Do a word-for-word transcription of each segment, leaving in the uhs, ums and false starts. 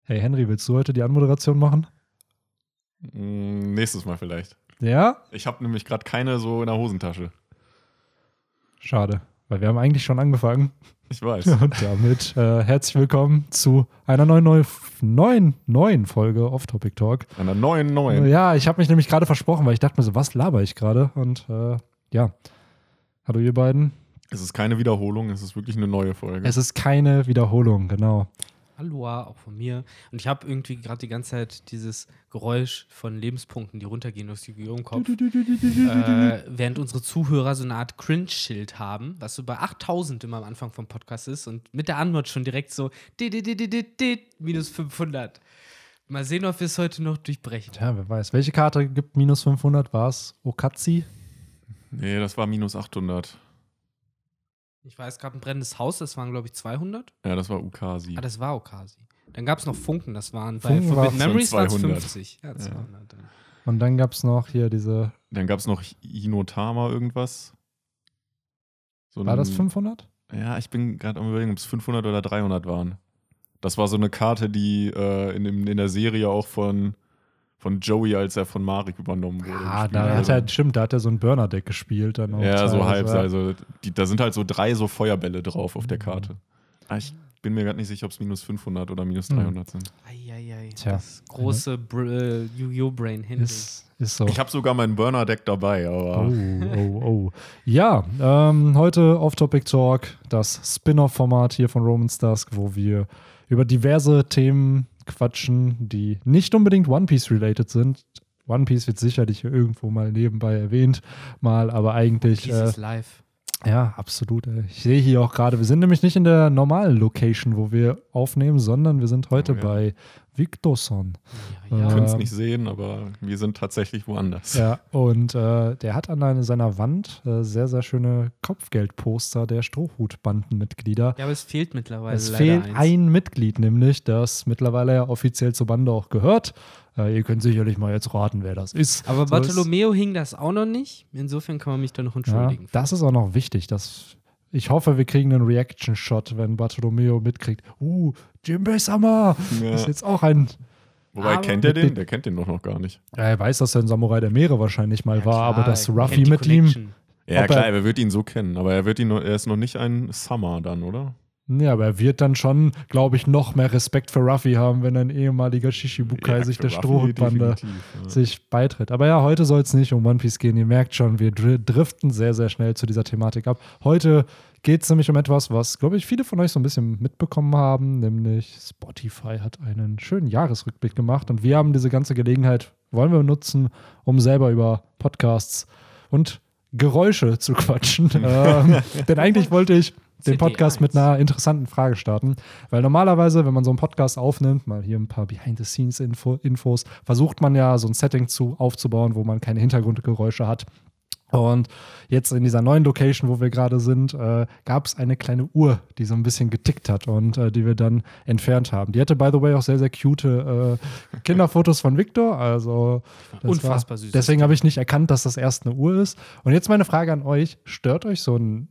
Hey Henry, willst du heute die Anmoderation machen? Mm, nächstes Mal vielleicht. Ja? Ich habe nämlich gerade keine so in der Hosentasche. Schade, weil wir haben eigentlich schon angefangen. Ich weiß. Und damit äh, herzlich willkommen zu einer neuen, neuen, neuen, neuen Folge Off-Topic Talk. Einer neuen, neuen. Ja, ich habe mich nämlich gerade versprochen, weil ich dachte mir so, was laber ich gerade? Und äh, ja, hallo ihr beiden. Es ist keine Wiederholung, es ist wirklich eine neue Folge. Es ist keine Wiederholung, genau. Hallo, auch von mir. Und ich habe irgendwie gerade die ganze Zeit dieses Geräusch von Lebenspunkten, die runtergehen durchs Yu-Gi-Oh! Im Kopf. äh, während unsere Zuhörer so eine Art Cringe-Schild haben, was so bei achttausend immer am Anfang vom Podcast ist und mit der Antwort schon direkt so minus fünfhundert. Mal sehen, ob wir es heute noch durchbrechen. Ja, wer weiß. Welche Karte gibt minus fünfhundert? War es Okazi? Nee, das war minus achthundert. Ich weiß, es gab ein brennendes Haus, das waren, glaube ich, zweihundert. Ja, das war Ukasi. Ah, das war Okasi. Dann gab es noch Funken, das waren bei Funken Forbidden war Memories waren es zweihundert. fünfzig. Ja, zweihundert. Ja. Und dann gab es noch hier diese. Dann gab es noch Hinotama irgendwas. So War ein, das fünfhundert? Ja, ich bin gerade am Überlegen, ob es fünfhundert oder dreihundert waren. Das war so eine Karte, die äh, in, dem, in der Serie auch von, von Joey, als er von Marek übernommen wurde. Ah, gespielt da hat wurde. er, stimmt, da hat er so ein Burner-Deck gespielt. Dann auch Ja, so halb. teilweise. Also, die, da sind halt so drei so Feuerbälle drauf auf der Karte. Ah, ich bin mir gerade nicht sicher, ob es minus fünfhundert oder minus dreihundert sind. Eieiei, Tja. das große Br- äh, Yu-Gi-Oh! Brain Henry. Ist, ist so. Ich habe sogar mein Burner-Deck dabei, aber. Oh, oh, oh. Ja, ähm, heute Off-Topic-Talk, das Spin-Off-Format hier von Romance Dusk, wo wir über diverse Themen quatschen, die nicht unbedingt One Piece-related sind. One Piece wird sicherlich irgendwo mal nebenbei erwähnt, mal, aber eigentlich. Piece Äh, is live. ja, absolut. Ey. Ich sehe hier auch gerade, wir sind nämlich nicht in der normalen Location, wo wir aufnehmen, sondern wir sind heute Oh, ja. bei Victorson. Ja, Ihr ja. Äh, könnt es nicht sehen, aber wir sind tatsächlich woanders. Ja, und äh, der hat an eine, seiner Wand äh, sehr, sehr schöne Kopfgeldposter der Strohhutbandenmitglieder. ja, aber es fehlt mittlerweile Es leider fehlt eins. ein Mitglied, nämlich, das mittlerweile ja offiziell zur Bande auch gehört. Äh, ihr könnt sicherlich mal jetzt raten, wer das ist. Aber So ist- Bartolomeo hing das auch noch nicht. Insofern kann man mich da noch Ja, entschuldigen. das ist auch noch wichtig. Dass ich hoffe, wir kriegen einen Reaction-Shot, wenn Bartolomeo mitkriegt. Uh, Jinbei-sama Ja. ist jetzt auch ein. Wobei, Aber- kennt er den? Der kennt den doch noch gar nicht. Er weiß, dass er ein Samurai der Meere wahrscheinlich mal Ja, war, klar, aber dass er Ruffy kennt die mit ihm. Connection. Ja, Ob klar, er- er wird ihn so kennen, aber er, wird ihn noch, er ist noch nicht ein Summer dann, oder? Ja, aber er wird dann schon, glaube ich, noch mehr Respekt für Ruffy haben, wenn ein ehemaliger Shishibukai Ja, sich für der Ruffy Strohhutbande definitiv, ja. sich beitritt. Aber ja, heute soll es nicht um One Piece gehen. Ihr merkt schon, wir dr- driften sehr, sehr schnell zu dieser Thematik ab. Heute geht es nämlich um etwas, was, glaube ich, viele von euch so ein bisschen mitbekommen haben, nämlich Spotify hat einen schönen Jahresrückblick gemacht und wir haben diese ganze Gelegenheit, wollen wir nutzen, um selber über Podcasts und Geräusche zu quatschen. ähm, denn eigentlich wollte ich den C D Podcast mit eins. einer interessanten Frage starten, weil normalerweise, wenn man so einen Podcast aufnimmt, mal hier ein paar Behind-the-Scenes-Infos, versucht man ja so ein Setting zu, aufzubauen, wo man keine Hintergrundgeräusche hat. Und jetzt in dieser neuen Location, wo wir gerade sind, äh, gab es eine kleine Uhr, die so ein bisschen getickt hat und äh, die wir dann entfernt haben. Die hatte, by the way, auch sehr, sehr cute äh, Kinderfotos von Victor. Also das Unfassbar war, süß. Deswegen habe ich nicht erkannt, dass das erst eine Uhr ist. Und jetzt meine Frage an euch: Stört euch so ein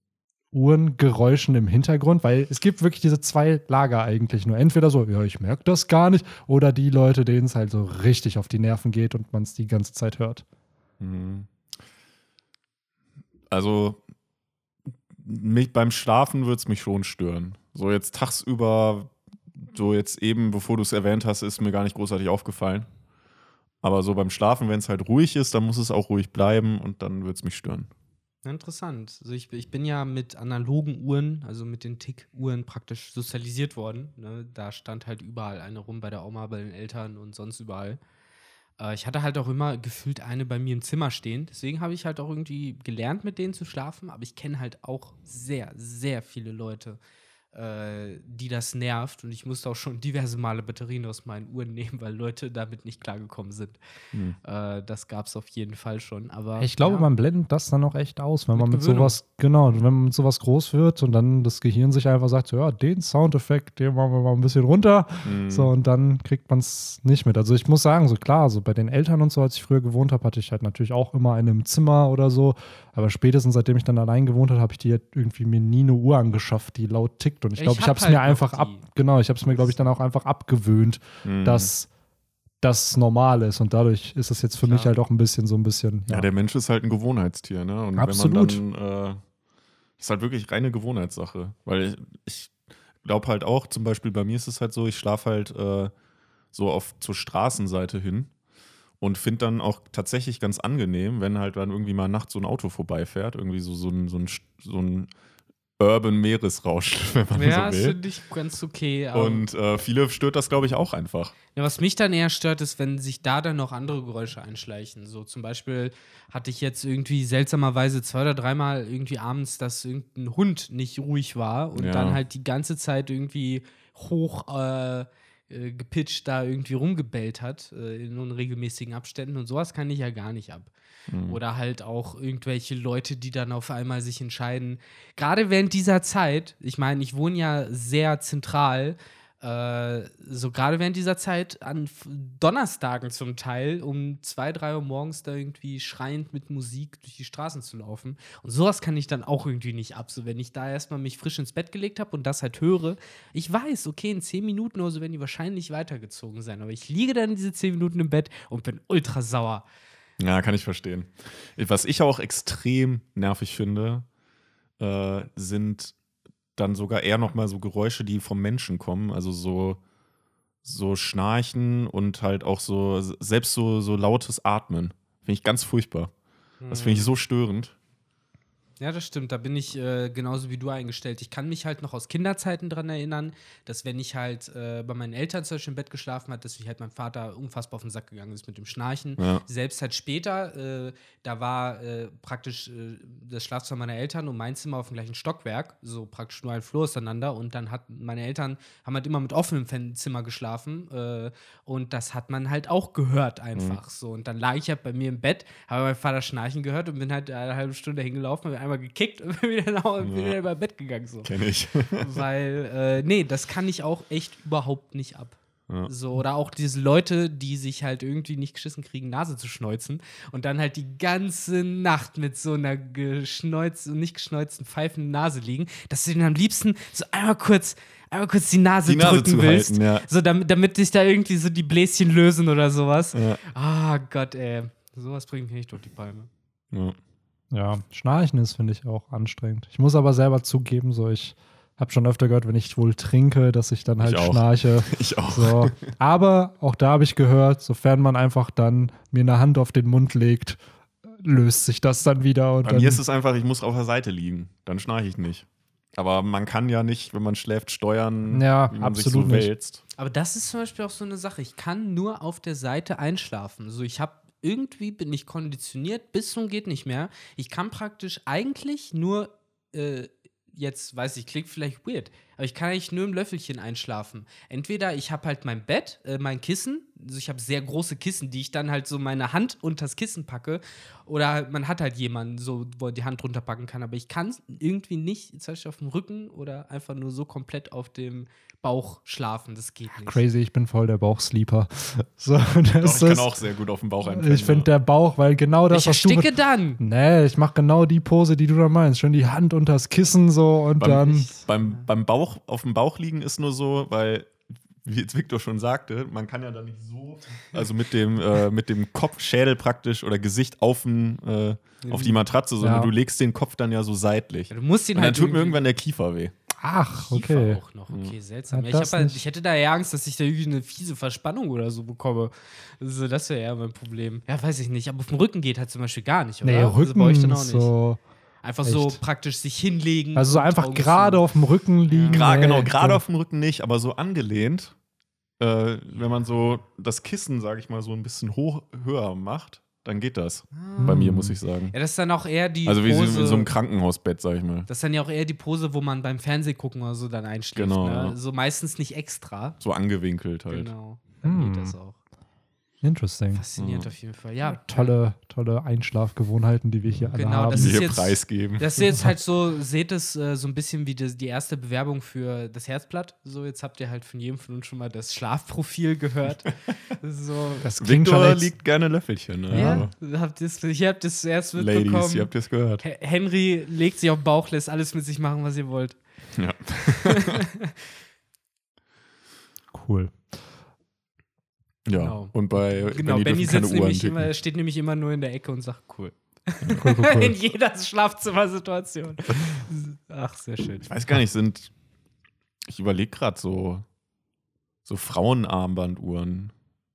Uhrengeräuschen im Hintergrund? Weil es gibt wirklich diese zwei Lager eigentlich nur. Entweder so, ja, ich merke das gar nicht, oder die Leute, denen es halt so richtig auf die Nerven geht und man es die ganze Zeit hört. Mhm. Also mich, beim Schlafen würde es mich schon stören. So jetzt tagsüber, so jetzt eben, bevor du es erwähnt hast, ist mir gar nicht großartig aufgefallen. Aber so beim Schlafen, wenn es halt ruhig ist, dann muss es auch ruhig bleiben und dann würde es mich stören. Interessant. Also ich, ich bin ja mit analogen Uhren, also mit den Tick-Uhren praktisch sozialisiert worden. Ne? Da stand halt überall eine rum bei der Oma, bei den Eltern und sonst überall. Äh, ich hatte halt auch immer gefühlt eine bei mir im Zimmer stehen. Deswegen habe ich halt auch irgendwie gelernt, mit denen zu schlafen. Aber ich kenne halt auch sehr, sehr viele Leute, äh, die das nervt. Und ich musste auch schon diverse Male Batterien aus meinen Uhren nehmen, weil Leute damit nicht klargekommen sind. Hm. Äh, das gab es auf jeden Fall schon. Aber Ich glaube, ja. man blendet das dann auch echt aus, wenn Mit man mit Gewöhnung. sowas, genau, wenn man mit sowas groß wird und dann das Gehirn sich einfach sagt, so, ja, den Soundeffekt, den machen wir mal ein bisschen runter. Mhm. So, und dann kriegt man es nicht mit. Also ich muss sagen, so klar, so bei den Eltern und so, als ich früher gewohnt habe, hatte ich halt natürlich auch immer eine im Zimmer oder so. Aber spätestens seitdem ich dann allein gewohnt habe, habe ich die halt irgendwie mir nie eine Uhr angeschafft, die laut tickt gekickt. Und ich Ich glaube, ich hab habe es halt mir noch einfach die. ab, genau, ich habe es mir, glaube ich, dann auch einfach abgewöhnt, Mhm. dass das normal ist. Und dadurch ist es jetzt für Klar. mich halt auch ein bisschen so ein bisschen. Ja, der Mensch ist halt ein Gewohnheitstier, ne? Und Absolut. wenn man dann, äh, ist halt wirklich reine Gewohnheitssache. Weil ich, ich glaube halt auch, zum Beispiel bei mir ist es halt so, ich schlafe halt äh, so auf zur Straßenseite hin und finde dann auch tatsächlich ganz angenehm, wenn halt dann irgendwie mal nachts so ein Auto vorbeifährt, irgendwie so, so ein, so ein, so ein Urban Meeresrausch, wenn man Ja, das so will. finde ich ganz okay. Aber Und äh, viele stört das, glaube ich, auch einfach. ja, was mich dann eher stört, ist, wenn sich da dann noch andere Geräusche einschleichen. So zum Beispiel hatte ich jetzt irgendwie seltsamerweise zwei oder dreimal irgendwie abends, dass irgendein Hund nicht ruhig war und Ja. dann halt die ganze Zeit irgendwie hoch äh, äh, gepitcht da irgendwie rumgebellt hat, äh, in unregelmäßigen Abständen und sowas kann ich ja gar nicht ab. Mhm. Oder halt auch irgendwelche Leute, die dann auf einmal sich entscheiden, gerade während dieser Zeit, ich meine, ich wohne ja sehr zentral, äh, so gerade während dieser Zeit an F- Donnerstagen zum Teil um zwei, drei Uhr morgens da irgendwie schreiend mit Musik durch die Straßen zu laufen. Und sowas kann ich dann auch irgendwie nicht ab. So, wenn ich da erstmal mich frisch ins Bett gelegt habe und das halt höre, ich weiß, okay, in zehn Minuten oder so werden die wahrscheinlich weitergezogen sein. Aber ich liege dann diese zehn Minuten im Bett und bin ultra sauer. Ja, kann ich verstehen. Was ich auch extrem nervig finde, äh, sind dann sogar eher noch mal so Geräusche, die vom Menschen kommen. Also so, so Schnarchen und halt auch so, selbst so, so lautes Atmen. Finde ich ganz furchtbar. Das finde ich so störend. Ja, das stimmt. Da bin ich äh, genauso wie du eingestellt. Ich kann mich halt noch aus Kinderzeiten dran erinnern, dass wenn ich halt äh, bei meinen Eltern zum Beispiel im Bett geschlafen habe, dass mich halt mein Vater unfassbar auf den Sack gegangen ist mit dem Schnarchen. Ja. Selbst halt später, äh, da war äh, praktisch äh, das Schlafzimmer meiner Eltern und mein Zimmer auf dem gleichen Stockwerk, so praktisch nur ein Flur auseinander. Und dann hat meine Eltern haben halt immer mit offenem Fen- Zimmer geschlafen äh, und das hat man halt auch gehört einfach so. Und dann lag ich halt bei mir im Bett, habe meinen Vater schnarchen gehört und bin halt eine halbe Stunde hingelaufen, habe einmal gekickt und bin wieder, nach, bin wieder über Bett gegangen so. Kenn ich. Weil, äh, nee, das kann ich auch echt überhaupt nicht ab. Ja. So, oder auch diese Leute, die sich halt irgendwie nicht geschissen kriegen, Nase zu schneuzen und dann halt die ganze Nacht mit so einer geschneuzten, nicht geschneuzten, pfeifenden Nase liegen, dass du denen am liebsten so einmal kurz, einmal kurz die Nase Die Nase drücken zu willst. halten, ja. So, damit, damit sich da irgendwie so die Bläschen lösen oder sowas. Ja. Ah, Gott, ey. Sowas bringt mich nicht durch die Palme. Ja. Ja, Schnarchen ist, finde ich, auch anstrengend. Ich muss aber selber zugeben, so ich habe schon öfter gehört, wenn ich wohl trinke, dass ich dann halt Ich auch. schnarche. Ich auch. So. Aber auch da habe ich gehört, sofern man einfach dann mir eine Hand auf den Mund legt, löst sich das dann wieder. Und Bei dann, mir ist es einfach, ich muss auf der Seite liegen. Dann schnarche ich nicht. Aber man kann ja nicht, wenn man schläft, steuern, Ja, wie man sich absolut so nicht. wälzt. Aber das ist zum Beispiel auch so eine Sache. Ich kann nur auf der Seite einschlafen. Also ich habe irgendwie bin ich konditioniert bis zum geht nicht mehr. Ich kann praktisch eigentlich nur äh, jetzt weiß ich, klingt vielleicht weird, aber ich kann eigentlich nur im Löffelchen einschlafen. Entweder ich habe halt mein Bett, äh, mein Kissen, also ich habe sehr große Kissen, die ich dann halt so meine Hand unter das Kissen packe, oder man hat halt jemanden, so, wo er die Hand drunter packen kann, aber ich kann irgendwie nicht, zum Beispiel auf dem Rücken oder einfach nur so komplett auf dem Bauch schlafen, das geht nicht. Crazy, ich bin voll der Bauchsleeper. So, das Doch, ich ist, kann auch sehr gut auf den Bauch einpennen. ich finde der Bauch, weil genau das, Ich was du ersticke dann. Nee, ich mache genau die Pose, die du da meinst. Schön die Hand unters Kissen so und Beim- dann. Beim, beim Bauch, auf dem Bauch liegen ist nur so, weil, wie jetzt Victor schon sagte, man kann ja da nicht so, also mit dem, äh, mit dem Kopf, Schädel praktisch oder Gesicht auf, den, äh, auf die Matratze, sondern Ja. du legst den Kopf dann ja so seitlich. Ja, du musst ihn Und dann halt tut mir irgendwie- irgendwann der Kiefer weh. Ach, Kiefer okay. auch noch. Okay, seltsam. Ja, Ja, ich, das hab halt, nicht. ich hätte da eher Angst, dass ich da irgendwie eine fiese Verspannung oder so bekomme. Also, das wäre eher mein Problem. Ja, weiß ich nicht. Aber auf dem Rücken geht halt zum Beispiel gar nicht, oder? Nee, Also bei euch dann Rücken auch nicht. so. Einfach so echt. praktisch sich hinlegen. Also so und einfach Augen gerade zu. auf dem Rücken liegen. Gra nee, genau, gerade so. auf dem Rücken nicht, aber so angelehnt. Äh, wenn man so das Kissen, sag ich mal, so ein bisschen hoch, höher macht, dann geht das. Bei mir, muss ich sagen. Ja, das ist dann auch eher die Also wie so Pose. in so einem Krankenhausbett, sag ich mal. Das ist dann ja auch eher die Pose, wo man beim Fernsehgucken oder so dann einschläft. Genau, Ne? ja. So meistens nicht extra. So angewinkelt halt. Genau. Dann Hm. geht das auch. Interesting. Faszinierend auf jeden Fall. Ja, Tolle, tolle Einschlafgewohnheiten, die wir hier alle Genau, haben. das Die ist hier jetzt- preisgeben. Das ist jetzt halt so, seht es äh, so ein bisschen wie das, die erste Bewerbung für das Herzblatt. So, jetzt habt ihr halt von jedem von uns schon mal das Schlafprofil gehört. So. Das klingt Victor schon echt, liegt gerne Löffelchen. Ne? Ja, Also, habt ihr's, hier habt ihr es zuerst mitbekommen. Ladies, ihr habt es gehört. He- Henry legt sich auf den Bauch, lässt alles mit sich machen, was ihr wollt. Ja. Cool. Ja, Genau. und bei Genau, Benny Benny dürfen keine sitzt Uhren nämlich ticken. immer, steht nämlich immer nur in der Ecke und sagt cool. Cool, cool, cool. In jeder Schlafzimmersituation. Ach, sehr schön. Ich weiß gar nicht, sind. Ich überlege gerade so, so Frauenarmbanduhren,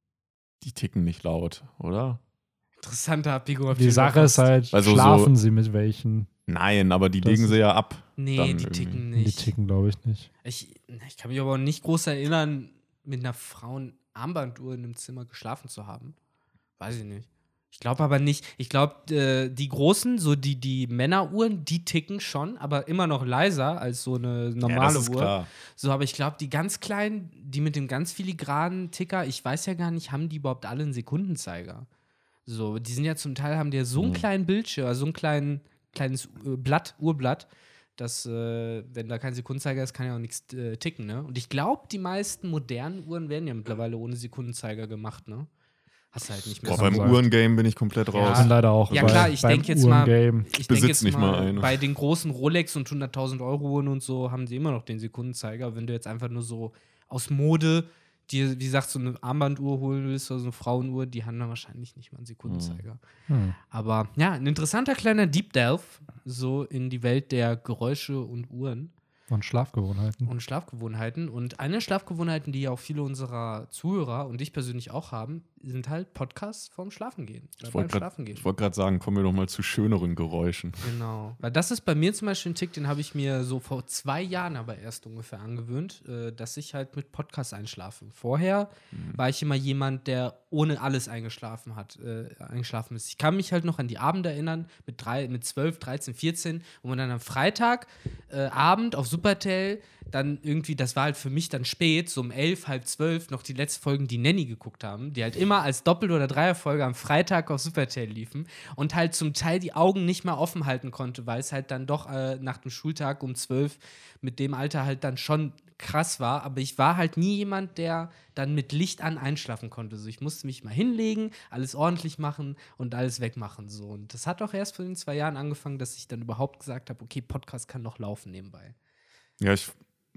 die ticken nicht laut, oder? Interessante Abbiegung auf Die Sache ist halt, Also schlafen so- sie mit welchen? Nein, aber die Das legen ist- sie ja ab. Nee, dann die irgendwie. ticken Die nicht. ticken, glaube ich, nicht. Ich, ich kann mich aber auch nicht groß erinnern, mit einer Frauenarmbanduhr in einem Zimmer geschlafen zu haben. Weiß ich nicht. Ich glaube aber nicht. Ich glaube, äh, die großen, so die, die Männeruhren, die ticken schon, aber immer noch leiser als so eine normale Ja, das ist Uhr. klar. So, aber ich glaube, die ganz kleinen, die mit dem ganz filigranen Ticker, ich weiß ja gar nicht, haben die überhaupt alle einen Sekundenzeiger? So, die sind ja zum Teil, haben die ja so einen Mhm. kleinen Bildschirm, also so ein kleinen, kleines äh, Blatt, Urblatt, dass, äh, wenn da kein Sekundenzeiger ist, kann ja auch nichts äh, ticken, ne? Und ich glaube, die meisten modernen Uhren werden ja mittlerweile ohne Sekundenzeiger gemacht, ne? Hast du halt nicht mehr Boah, so. beim gesagt. Uhrengame bin ich komplett Ja. raus. Ich bin leider auch Ja, bei, klar, ich beim denk jetzt mal- Uhrengame. Ich besitz denke jetzt nicht mal, mal eine. bei den großen Rolex und hunderttausend Euro Uhren und so haben sie immer noch den Sekundenzeiger. Wenn du jetzt einfach nur so aus Mode dir, wie gesagt, so eine Armbanduhr holen willst oder so eine Frauenuhr, die haben dann wahrscheinlich nicht mal einen Sekundenzeiger. Hm. Aber ja, ein interessanter kleiner Deep Delve so in die Welt der Geräusche und Uhren Und Schlafgewohnheiten. und Schlafgewohnheiten. Und eine Schlafgewohnheiten, die ja auch viele unserer Zuhörer und ich persönlich auch haben, sind halt Podcasts vorm Schlafengehen. Oder Ich beim wollte gerade Schlafengehen. wollt grad sagen, kommen wir doch mal zu schöneren Geräuschen. Genau. Weil das ist bei mir zum Beispiel ein Tick, den habe ich mir so vor zwei Jahren aber erst ungefähr angewöhnt, äh, dass ich halt mit Podcasts einschlafe. Vorher war ich immer jemand, der ohne alles eingeschlafen hat, äh, eingeschlafen ist. Ich kann mich halt noch an die Abende erinnern, mit, drei, mit zwölf, dreizehn, vierzehn, wo man dann am Freitag äh, Abend auf Supertel dann irgendwie, das war halt für mich dann spät, so um elf, halb zwölf, noch die letzten Folgen die Nanny geguckt haben, die halt immer als Doppel- oder Dreierfolge am Freitag auf Supertel liefen und halt zum Teil die Augen nicht mehr offen halten konnte, weil es halt dann doch äh, nach dem Schultag um zwölf mit dem Alter halt dann schon krass war, aber ich war halt nie jemand, der dann mit Licht an einschlafen konnte. So, ich musste mich mal hinlegen, alles ordentlich machen und alles wegmachen. So. Und das hat auch erst vor den zwei Jahren angefangen, dass ich dann überhaupt gesagt habe, okay, Podcast kann noch laufen nebenbei. Ja, ich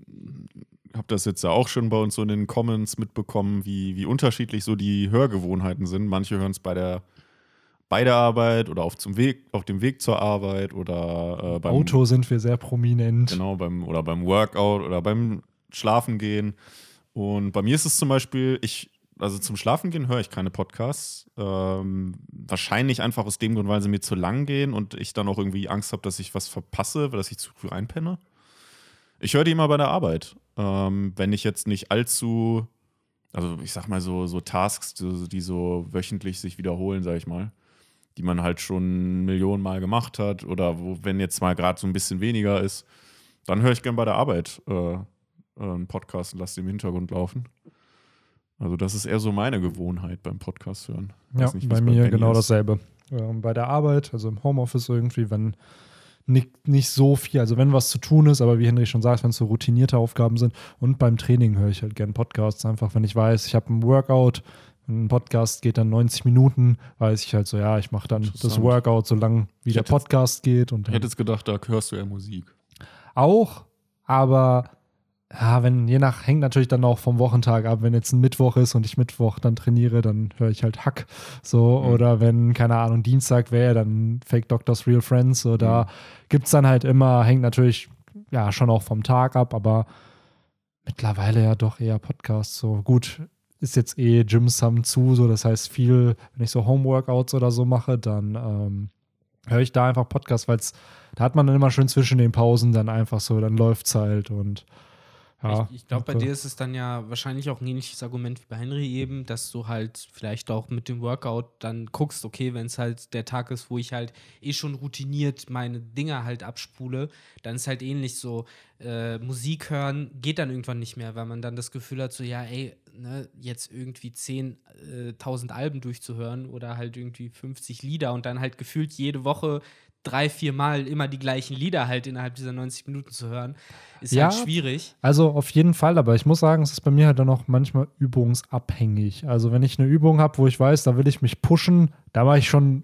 habe das jetzt ja auch schon bei uns so in den Comments mitbekommen, wie, wie unterschiedlich so die Hörgewohnheiten sind. Manche hören es bei der, bei der Arbeit oder auf, zum Weg, auf dem Weg zur Arbeit oder äh, beim Auto sind wir sehr prominent. Genau, beim, oder beim Workout oder beim Schlafengehen. Und bei mir ist es zum Beispiel, ich, also zum Schlafengehen höre ich keine Podcasts. Ähm, wahrscheinlich einfach aus dem Grund, weil sie mir zu lang gehen und ich dann auch irgendwie Angst habe, dass ich was verpasse, dass ich zu früh einpenne. Ich höre die immer bei der Arbeit. Ähm, wenn ich jetzt nicht allzu, also ich sag mal so, so Tasks, die, die so wöchentlich sich wiederholen, sag ich mal, die man halt schon Millionen Mal gemacht hat oder wo, wenn jetzt mal gerade so ein bisschen weniger ist, dann höre ich gern bei der Arbeit äh, einen Podcast und lasse den im Hintergrund laufen. Also das ist eher so meine Gewohnheit beim Podcast hören. Ja, Weiß nicht, bei wie's mir Benny genau ist. dasselbe. Ähm, bei der Arbeit, also im Homeoffice irgendwie, wenn nicht, nicht so viel, also wenn was zu tun ist, aber wie Henry schon sagt, wenn es so routinierte Aufgaben sind. Und beim Training höre ich halt gern Podcasts, einfach wenn ich weiß, ich habe einen Workout, ein Podcast geht dann neunzig Minuten, weiß ich halt so, ja, ich mache dann das Interessant. Workout so lang, wie Ich der hätte jetzt- Podcast geht. Und Ich dann hätte jetzt gedacht, da hörst du eher Musik. auch, aber ja, wenn, je nach, hängt natürlich dann auch vom Wochentag ab. Wenn jetzt ein Mittwoch ist und ich Mittwoch dann trainiere, dann höre ich halt Hack. So, Mhm. oder wenn, keine Ahnung, Dienstag wäre, dann Fake Doctors Real Friends. So, da Mhm. gibt es dann halt immer, hängt natürlich ja schon auch vom Tag ab, aber mittlerweile ja doch eher Podcasts. So gut, ist jetzt eh Gyms haben zu, so das heißt viel, wenn ich so Homeworkouts oder so mache, dann ähm, höre ich da einfach Podcasts, weil da hat man dann immer schön zwischen den Pausen dann einfach so, dann läuft's halt und ja. Ich, ich glaube, bei okay. dir ist es dann ja wahrscheinlich auch ein ähnliches Argument wie bei Henry eben, dass du halt vielleicht auch mit dem Workout dann guckst, okay, wenn es halt der Tag ist, wo ich halt eh schon routiniert meine Dinger halt abspule, dann ist halt ähnlich so, äh, Musik hören geht dann irgendwann nicht mehr, weil man dann das Gefühl hat, so ja, ey, ne, jetzt irgendwie zehntausend Alben durchzuhören oder halt irgendwie fünfzig Lieder und dann halt gefühlt jede Woche drei, vier Mal immer die gleichen Lieder halt innerhalb dieser neunzig Minuten zu hören, ist Ja. halt schwierig. Also auf jeden Fall, aber ich muss sagen, es ist bei mir halt dann auch manchmal übungsabhängig. Also wenn ich eine Übung habe, wo ich weiß, da will ich mich pushen, da mache ich schon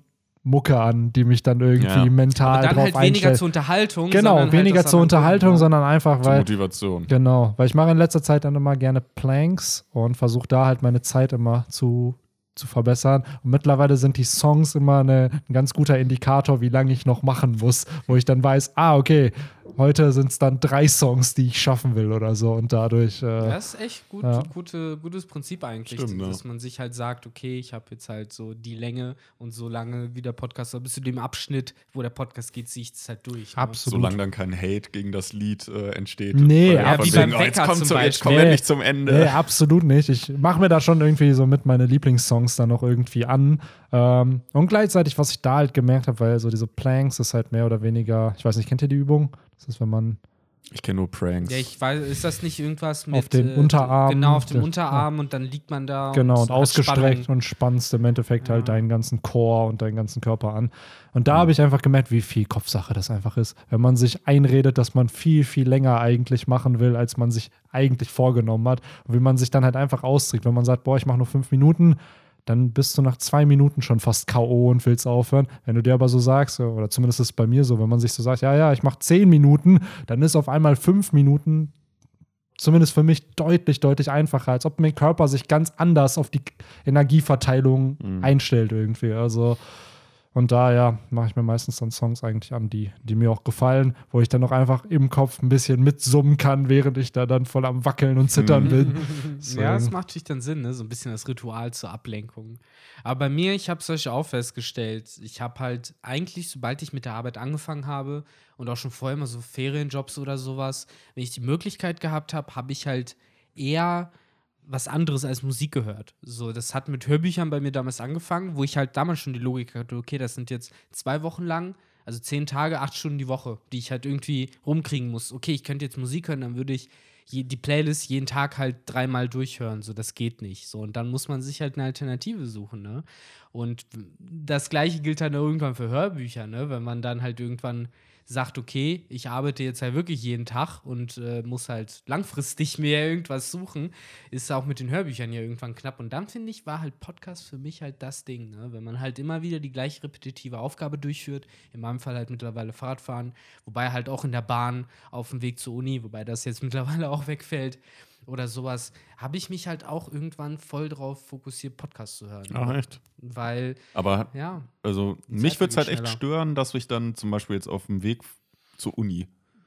Mucke an, die mich dann irgendwie Ja. mental Aber dann drauf halt weniger einstellt. zur Unterhaltung. Genau, sondern weniger halt aus zur anderen Unterhaltung, Gründen, sondern einfach, Zur weil Motivation. genau, weil ich mache in letzter Zeit dann immer gerne Planks und versuche da halt meine Zeit immer zu, zu verbessern. Und mittlerweile sind die Songs immer eine, ein ganz guter Indikator, wie lange ich noch machen muss, wo ich dann weiß, ah, okay, heute sind es dann drei Songs, die ich schaffen will oder so und dadurch. Äh, Das ist echt gut, Ja. gute, gutes Prinzip eigentlich, Stimmt, ja. dass man sich halt sagt, okay, ich habe jetzt halt so die Länge und so lange wie der Podcast, bis zu dem Abschnitt, wo der Podcast geht, ziehe ich das halt durch. Ne? Absolut. Solange dann kein Hate gegen das Lied äh, entsteht. Nee, Weil ja, von wie wegen, beim oh, jetzt Wecker kommt zum so, jetzt Beispiel. kommen wir Nee. endlich zum Ende. Nee, absolut nicht. Ich mache mir da schon irgendwie so mit meine Lieblingssongs dann noch irgendwie an. Ähm, und gleichzeitig, was ich da halt gemerkt habe, weil so diese Planks ist halt mehr oder weniger, ich weiß nicht, kennt ihr die Übung? Das ist, wenn man Ich kenne nur Pranks. Ja, ich weiß, ist das nicht irgendwas mit Auf den Unterarmen. Genau, auf dem Ja. Unterarm und dann liegt man da genau und hat ausgestreckt Spannung. und spannst im Endeffekt halt Ja. deinen ganzen Core und deinen ganzen Körper an. Und da habe ich einfach gemerkt, wie viel Kopfsache das einfach ist. Wenn man sich einredet, dass man viel, viel länger eigentlich machen will, als man sich eigentlich vorgenommen hat. Und wie man sich dann halt einfach austrägt. Wenn man sagt, boah, ich mache nur fünf Minuten, dann bist du nach zwei Minuten schon fast K O und willst aufhören. Wenn du dir aber so sagst, oder zumindest ist es bei mir so, wenn man sich so sagt, ja, ja, ich mache zehn Minuten, dann ist auf einmal fünf Minuten zumindest für mich deutlich, deutlich einfacher, als ob mein Körper sich ganz anders auf die Energieverteilung Mhm. einstellt irgendwie. Also und da, ja, mache ich mir meistens dann Songs eigentlich an, die, die mir auch gefallen, wo ich dann auch einfach im Kopf ein bisschen mitsummen kann, während ich da dann voll am Wackeln und Zittern Mhm. bin. So. Ja, das macht natürlich dann Sinn, ne? So ein bisschen das Ritual zur Ablenkung. Aber bei mir, ich habe es euch auch festgestellt, ich habe halt eigentlich, sobald ich mit der Arbeit angefangen habe und auch schon vorher immer so Ferienjobs oder sowas, wenn ich die Möglichkeit gehabt habe, habe ich halt eher was anderes als Musik gehört. So, das hat mit Hörbüchern bei mir damals angefangen, wo ich halt damals schon die Logik hatte, okay, das sind jetzt zwei Wochen lang, also zehn Tage, acht Stunden die Woche, die ich halt irgendwie rumkriegen muss. Okay, ich könnte jetzt Musik hören, dann würde ich je, die Playlist jeden Tag halt dreimal durchhören. So, das geht nicht. So, und dann muss man sich halt eine Alternative suchen, ne? Und das Gleiche gilt dann irgendwann für Hörbücher, ne? Wenn man dann halt irgendwann sagt, okay, ich arbeite jetzt halt wirklich jeden Tag und äh, muss halt langfristig mir irgendwas suchen, ist auch mit den Hörbüchern ja irgendwann knapp. Und dann, finde ich, war halt Podcast für mich halt das Ding, ne? Wenn man halt immer wieder die gleiche repetitive Aufgabe durchführt, in meinem Fall halt mittlerweile Fahrradfahren, wobei halt auch in der Bahn auf dem Weg zur Uni, wobei das jetzt mittlerweile auch wegfällt oder sowas, habe ich mich halt auch irgendwann voll drauf fokussiert, Podcast zu hören. Ach, echt? Weil, Aber ja, also Die mich Zeit würde es halt vergeht echt schneller. stören, dass ich dann zum Beispiel jetzt auf dem Weg zur Uni,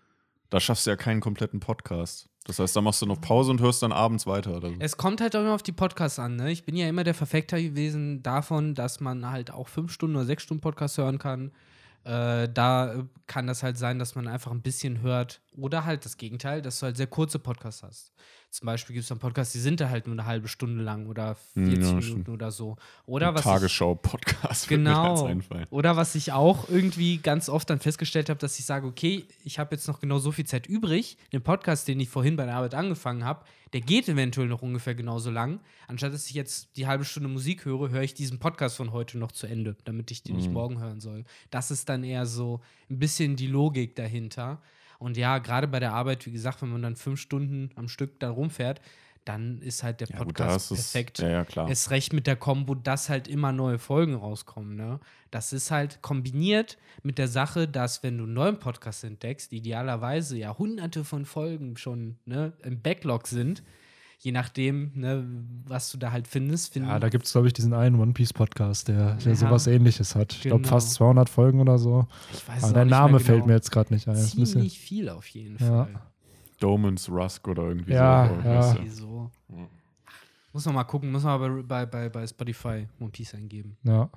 da schaffst du ja keinen kompletten Podcast. Das heißt, da machst du noch Pause und hörst dann abends weiter. Oder so. es kommt halt auch immer auf die Podcasts an, ne? Ich bin ja immer der Verfechter gewesen davon, dass man halt auch fünf Stunden oder sechs Stunden Podcast hören kann. Äh, da kann das halt sein, dass man einfach ein bisschen hört. Oder halt das Gegenteil, dass du halt sehr kurze Podcasts hast. Zum Beispiel gibt es dann Podcasts, die sind da halt nur eine halbe Stunde lang oder Hm, vierzig ja, Minuten stimmt. oder so. Oder was ich, Tagesschau-Podcast würde mir jetzt genau. einfallen. Oder was ich auch irgendwie ganz oft dann festgestellt habe, dass ich sage, okay, ich habe jetzt noch genau so viel Zeit übrig. Den Podcast, den ich vorhin bei der Arbeit angefangen habe, der geht eventuell noch ungefähr genauso lang. Anstatt dass ich jetzt die halbe Stunde Musik höre, höre ich diesen Podcast von heute noch zu Ende, damit ich den nicht Mhm. morgen hören soll. Das ist dann eher so ein bisschen die Logik dahinter. Und ja, gerade bei der Arbeit, wie gesagt, wenn man dann fünf Stunden am Stück da rumfährt, dann ist halt der Ja, gut, Podcast da ist es. perfekt. Ja, ja, klar. Es recht mit der Kombo, dass halt immer neue Folgen rauskommen. Ne? Das ist halt kombiniert mit der Sache, dass wenn du einen neuen Podcast entdeckst, idealerweise ja hunderte von Folgen schon ne, im Backlog sind, je nachdem, ne, was du da halt findest. Finden, Ja, da gibt es, glaube ich, diesen einen One-Piece-Podcast, der, der Ja. sowas Ähnliches hat. Ich glaube, Genau. fast zweihundert Folgen oder so. ich weiß es Aber auch der nicht mehr Name genau. fällt mir jetzt gerade nicht ein. Das ist ein bisschen, Ziemlich viel auf jeden Ja. Fall. Doman's Rusk oder irgendwie Ja, so. aber ja. weißt du. Irgendwie so. Ja. Muss man mal gucken, muss man aber bei, bei, bei Spotify One Piece eingeben. ja.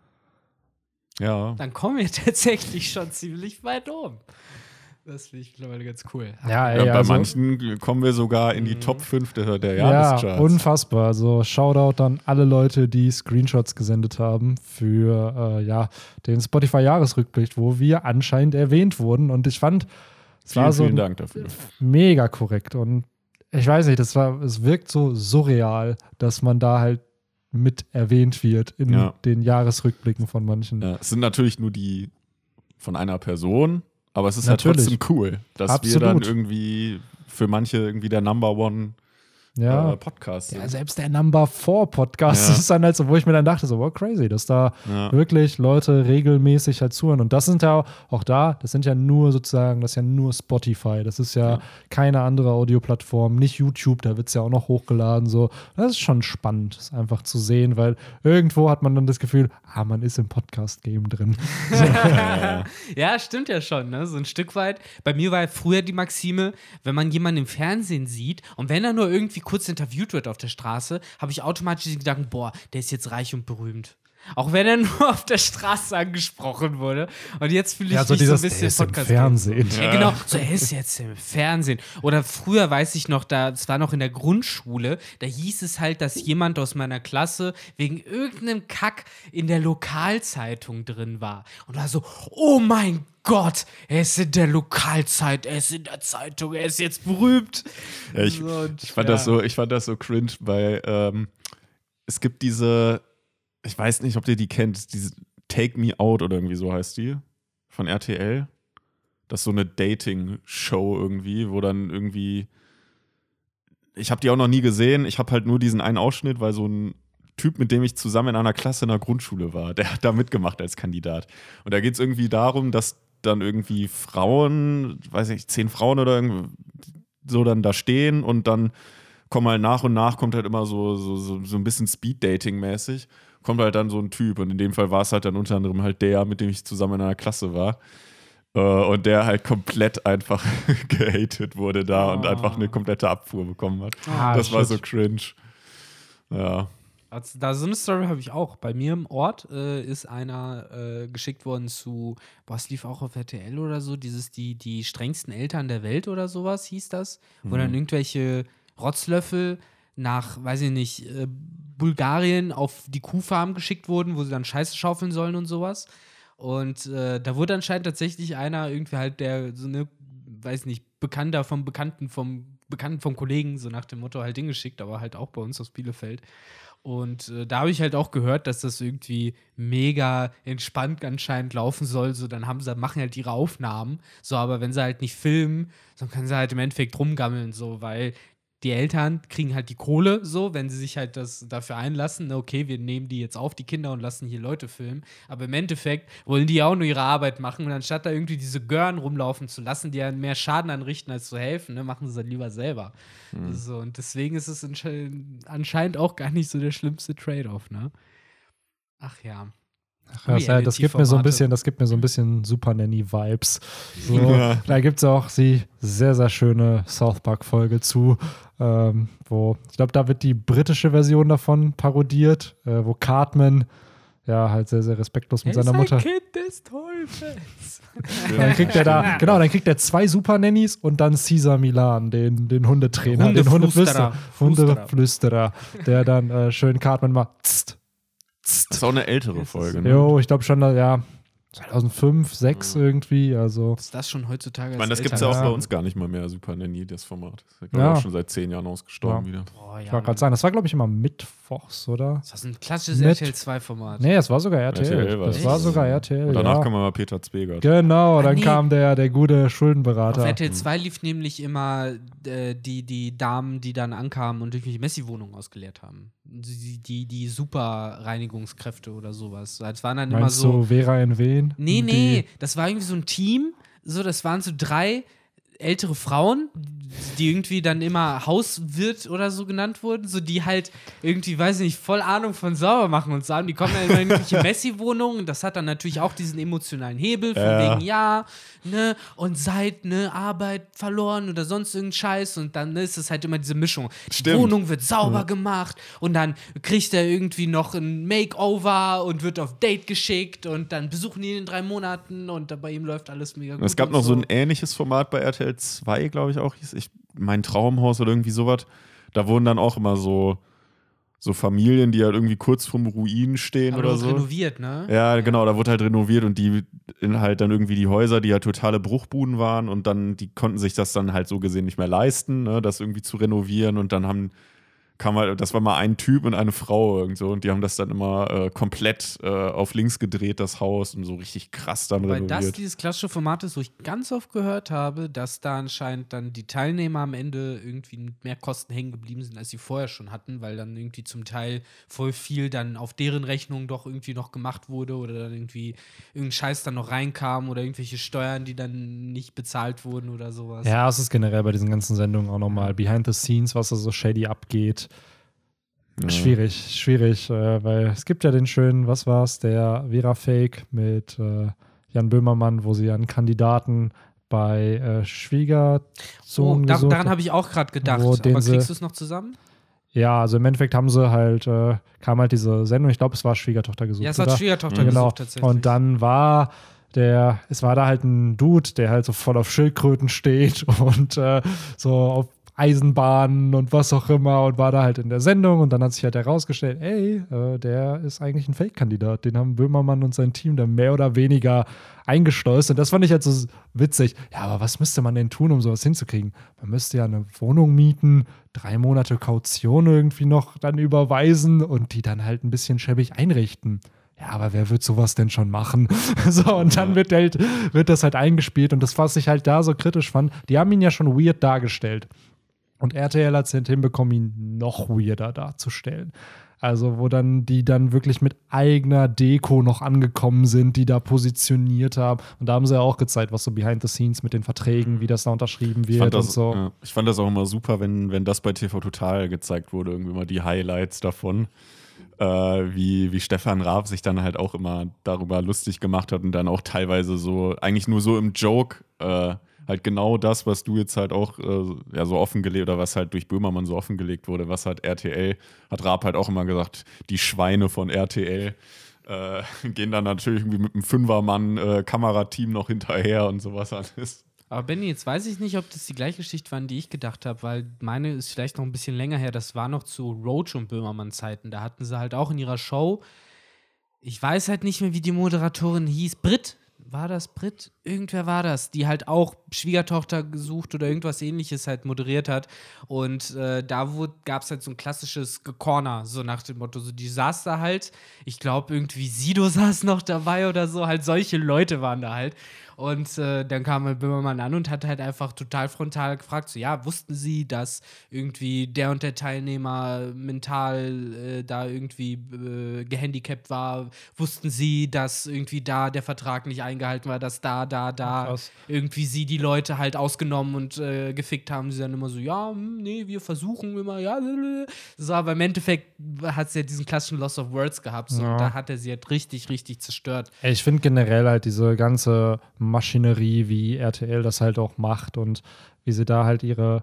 Ja. Dann kommen wir tatsächlich schon ziemlich weit oben. Das finde ich mittlerweile ganz cool. Ja, Ja, ey, bei also, manchen kommen wir sogar in die Mhm. Top fünf der, der ja, Jahrescharts. unfassbar. Also Shoutout an alle Leute, die Screenshots gesendet haben für äh, ja, den Spotify-Jahresrückblick, wo wir anscheinend erwähnt wurden. Und ich fand, es war vielen, so vielen Dank dafür. mega korrekt. Und ich weiß nicht, das war, es wirkt so surreal, dass man da halt mit erwähnt wird in Ja. den Jahresrückblicken von manchen. Ja, es sind natürlich nur die von einer Person, aber es ist Natürlich. halt trotzdem cool, dass Absolut. wir dann irgendwie für manche irgendwie der Number One Ja. äh, Podcasts sind. Ja, selbst der Number four Podcast Ja. ist dann halt so, wo ich mir dann dachte, so, wow, crazy, dass da Ja. wirklich Leute regelmäßig halt zuhören. Und das sind ja auch da, das sind ja nur sozusagen, das ist ja nur Spotify. Das ist ja, Ja. keine andere Audioplattform, nicht YouTube, da wird es ja auch noch hochgeladen. So. Das ist schon spannend, das einfach zu sehen, weil irgendwo hat man dann das Gefühl, ah, man ist im Podcast-Game drin. Ja. Ja, stimmt ja schon, ne? So ein Stück weit. Bei mir war früher die Maxime, wenn man jemanden im Fernsehen sieht und wenn er nur irgendwie kurz interviewt wird auf der Straße, habe ich automatisch den Gedanken, boah, der ist jetzt reich und berühmt. Auch wenn er nur auf der Straße angesprochen wurde. Und jetzt fühle ich Ja, so mich dieses, so ein bisschen der ist im Podcast- Fernsehen. Ja, genau. So, er ist jetzt im Fernsehen. Oder früher weiß ich noch, da, es war noch in der Grundschule, da hieß es halt, dass jemand aus meiner Klasse wegen irgendeinem Kack in der Lokalzeitung drin war. Und war so, oh mein Gott, er ist in der Lokalzeit, er ist in der Zeitung, er ist jetzt berühmt. Ja, ich, So, und, ich, fand ja. das so, ich fand das so cringe, weil ähm, es gibt diese, ich weiß nicht, ob ihr die kennt, diese Take Me Out oder irgendwie so heißt die, von R T L. Das ist so eine Dating-Show irgendwie, wo dann irgendwie, ich habe die auch noch nie gesehen, ich habe halt nur diesen einen Ausschnitt, weil so ein Typ, mit dem ich zusammen in einer Klasse in der Grundschule war, der hat da mitgemacht als Kandidat. Und da geht es irgendwie darum, dass dann irgendwie Frauen, weiß ich, zehn Frauen oder irgendwie so dann da stehen und dann kommen halt nach und nach, kommt halt immer so, so, so, so ein bisschen Speed-Dating-mäßig, kommt halt dann so ein Typ. Und in dem Fall war es halt dann unter anderem halt der, mit dem ich zusammen in einer Klasse war. Äh, und der halt komplett einfach gehatet wurde da und Oh. einfach eine komplette Abfuhr bekommen hat. Ah, das war shit. so cringe. Ja. Also, da so eine Story habe ich auch. Bei mir im Ort äh, ist einer äh, geschickt worden zu, boah, es lief auch auf R T L oder so, dieses, die, die strengsten Eltern der Welt oder sowas hieß das, wo dann irgendwelche Rotzlöffel nach, weiß ich nicht, äh, Bulgarien auf die Kuhfarm geschickt wurden, wo sie dann Scheiße schaufeln sollen und sowas. Und äh, da wurde anscheinend tatsächlich einer irgendwie halt der, so eine, weiß nicht, Bekannter vom Bekannten vom Bekannten vom Kollegen, so nach dem Motto halt hingeschickt, aber halt auch bei uns aus Bielefeld. Und äh, da habe ich halt auch gehört, dass das irgendwie mega entspannt anscheinend laufen soll. So, dann haben sie, machen halt ihre Aufnahmen. So, aber wenn sie halt nicht filmen, dann können sie halt im Endeffekt rumgammeln, so, weil die Eltern kriegen halt die Kohle, so, wenn sie sich halt das dafür einlassen, ne, okay, wir nehmen die jetzt auf, die Kinder, und lassen hier Leute filmen. Aber im Endeffekt wollen die ja auch nur ihre Arbeit machen. Und anstatt da irgendwie diese Gören rumlaufen zu lassen, die ja mehr Schaden anrichten, als zu helfen, ne, machen sie es halt lieber selber. Mhm. So, und deswegen ist es ansche- anscheinend auch gar nicht so der schlimmste Trade-off, ne? Ach ja. Ach, das, ja, das gibt mir so ein Reality-Formate. bisschen, das gibt mir so ein bisschen Super Nanny-Vibes. So, Ja. Da gibt es auch die sehr, sehr schöne South Park-Folge zu, ähm, wo, ich glaube, da wird die britische Version davon parodiert, äh, wo Cartman ja halt sehr, sehr respektlos mit Er ist seiner ein Mutter. Kind des Teufels. Dann kriegt er da, genau, dann kriegt er zwei Super Nannies und dann Cesar Milan, den, den Hundetrainer, den Hundeflüsterer. Hundeflüsterer, Hundeflüsterer, der dann äh, schön Cartman macht. Tst, tst. Das ist auch eine ältere Folge, ne? Jo, ich glaube schon, ja, zweitausendfünf, zweitausendsechs irgendwie, also. Ist das schon heutzutage? Ich meine, das gibt es ja auch bei uns gar nicht mal mehr, Super Nanny, das Format. Das ist ja, Ja. auch schon seit zehn Jahren ausgestorben Ja. wieder. Boah, ja, Ich wollte gerade Mann. sagen, das war, glaube ich, immer mittwochs, oder? Das ist ein klassisches Mit- R T L zwei Format. Nee, es war sogar R T L. R T L war das das. war sogar R T L. Und danach ja. kam aber Peter Zwegert. Genau, Ah, dann nee. kam der, der gute Auf Schuldenberater. R T L zwei lief nämlich immer äh, die, die Damen, die dann ankamen und irgendwelche Messi-Wohnungen ausgeleert haben. Die, die, die Super-Reinigungskräfte oder sowas. Das waren dann immer Meinst so. du Vera in Wen? Nee, Die- nee, das war irgendwie so ein Team. So, das waren so drei ältere Frauen, die irgendwie dann immer Hauswirt oder so genannt wurden, so die halt irgendwie, weiß nicht, voll Ahnung von Saubermachen und so haben. Die kommen dann in irgendwelche Messi-Wohnungen. Das hat dann natürlich auch diesen emotionalen Hebel, von Ja. wegen, ja, ne, und seit, ne, Arbeit verloren oder sonst irgendein Scheiß. Und dann ne, ist es halt immer diese Mischung. Die Stimmt. Wohnung wird sauber gemacht und dann kriegt er irgendwie noch ein Makeover und wird auf Date geschickt und dann besuchen die ihn in drei Monaten und bei ihm läuft alles mega gut. Es gab und noch so ein ähnliches Format bei R T L zwei, glaube ich auch, hieß ich, mein Traumhaus oder irgendwie sowas. Da wurden dann auch immer so, so Familien, die halt irgendwie kurz vorm Ruin stehen Aber oder das so. renoviert, ne? Ja, genau, da wurde halt renoviert und die in halt dann irgendwie die Häuser, die ja totale Bruchbuden waren und dann, die konnten sich das dann halt so gesehen nicht mehr leisten, ne, das irgendwie zu renovieren und dann haben kam halt, das war mal ein Typ und eine Frau irgend so und die haben das dann immer äh, komplett äh, auf links gedreht, das Haus, und so richtig krass dann Weil renoviert. das dieses klassische Format ist, wo ich ganz oft gehört habe, dass da anscheinend dann die Teilnehmer am Ende irgendwie mit mehr Kosten hängen geblieben sind, als sie vorher schon hatten, weil dann irgendwie zum Teil voll viel dann auf deren Rechnung doch irgendwie noch gemacht wurde oder dann irgendwie irgendein Scheiß dann noch reinkam oder irgendwelche Steuern, die dann nicht bezahlt wurden oder sowas. Ja, es ist generell bei diesen ganzen Sendungen auch nochmal behind the scenes, was da so shady abgeht. Ja. Schwierig, schwierig, äh, weil es gibt ja den schönen, was war's, der Vera-Fake mit äh, Jan Böhmermann, wo sie einen Kandidaten bei äh, Schwiegersohn Oh, da, gesucht daran habe ich auch gerade gedacht. wo den Aber sie- kriegst du es noch zusammen? Ja, also im Endeffekt haben sie halt, äh, kam halt diese Sendung, ich glaube, es war Schwiegertochter gesucht. Ja, es hat oder? Schwiegertochter Genau. gesucht tatsächlich. Und dann war der, es war da halt ein Dude, der halt so voll auf Schildkröten steht und äh, so auf Eisenbahnen und was auch immer und war da halt in der Sendung und dann hat sich halt herausgestellt, ey, äh, der ist eigentlich ein Fake-Kandidat. Den haben Böhmermann und sein Team dann mehr oder weniger eingeschleust und das fand ich halt so witzig. Ja, aber was müsste man denn tun, um sowas hinzukriegen? Man müsste ja eine Wohnung mieten, drei Monate Kaution irgendwie noch dann überweisen und die dann halt ein bisschen schäbig einrichten. Ja, aber wer wird sowas denn schon machen? So, und dann wird, halt, wird das halt eingespielt. Und das, was ich halt da so kritisch fand, die haben ihn ja schon weird dargestellt. Und R T L hat es halt hinbekommen, ihn noch weirder darzustellen. Also, wo dann die dann wirklich mit eigener Deko noch angekommen sind, die da positioniert haben. Und da haben sie ja auch gezeigt, was so behind the scenes mit den Verträgen, wie das da unterschrieben Ich fand, wird das, und so. ja, ich fand das auch immer super, wenn, wenn das bei T V Total gezeigt wurde, irgendwie mal die Highlights davon. Äh, wie, wie Stefan Raab sich dann halt auch immer darüber lustig gemacht hat und dann auch teilweise so, eigentlich nur so im Joke, äh, halt genau das, was du jetzt halt auch äh, ja, so offengelegt oder was halt durch Böhmermann so offengelegt wurde, was halt R T L, hat Raab halt auch immer gesagt, die Schweine von R T L äh, gehen dann natürlich irgendwie mit einem Fünfermann-Kamerateam noch hinterher und sowas alles. Aber Benni, jetzt weiß ich nicht, ob das die gleiche Geschichte war, an die ich gedacht habe, weil meine ist vielleicht noch ein bisschen länger her. Das war noch zu Roach und Böhmermann-Zeiten. Da hatten sie halt auch in ihrer Show, ich weiß halt nicht mehr, wie die Moderatorin hieß, Brit. War das Brit? Irgendwer war das, die halt auch Schwiegertochter gesucht oder irgendwas ähnliches halt moderiert hat. Und äh, da gab es halt so ein klassisches Gecorner, so nach dem Motto, so die saß da halt, ich glaube irgendwie Sido saß noch dabei oder so, halt solche Leute waren da halt. Und äh, dann kam halt Böhmermann an und hat halt einfach total frontal gefragt, so ja, wussten Sie, dass irgendwie der und der Teilnehmer mental äh, da irgendwie äh, gehandicapt war? Wussten Sie, dass irgendwie da der Vertrag nicht eingehalten war, dass da, da, da Krass. irgendwie sie die Leute halt ausgenommen und äh, gefickt haben? Sie dann immer so, ja, hm, nee, wir versuchen immer, ja, so, aber im Endeffekt hat es ja diesen klassischen Loss of Words gehabt, so, Ja. und da hat er sie halt richtig, richtig zerstört. Ey, ich finde generell halt diese ganze Maschinerie, wie R T L das halt auch macht und wie sie da halt ihre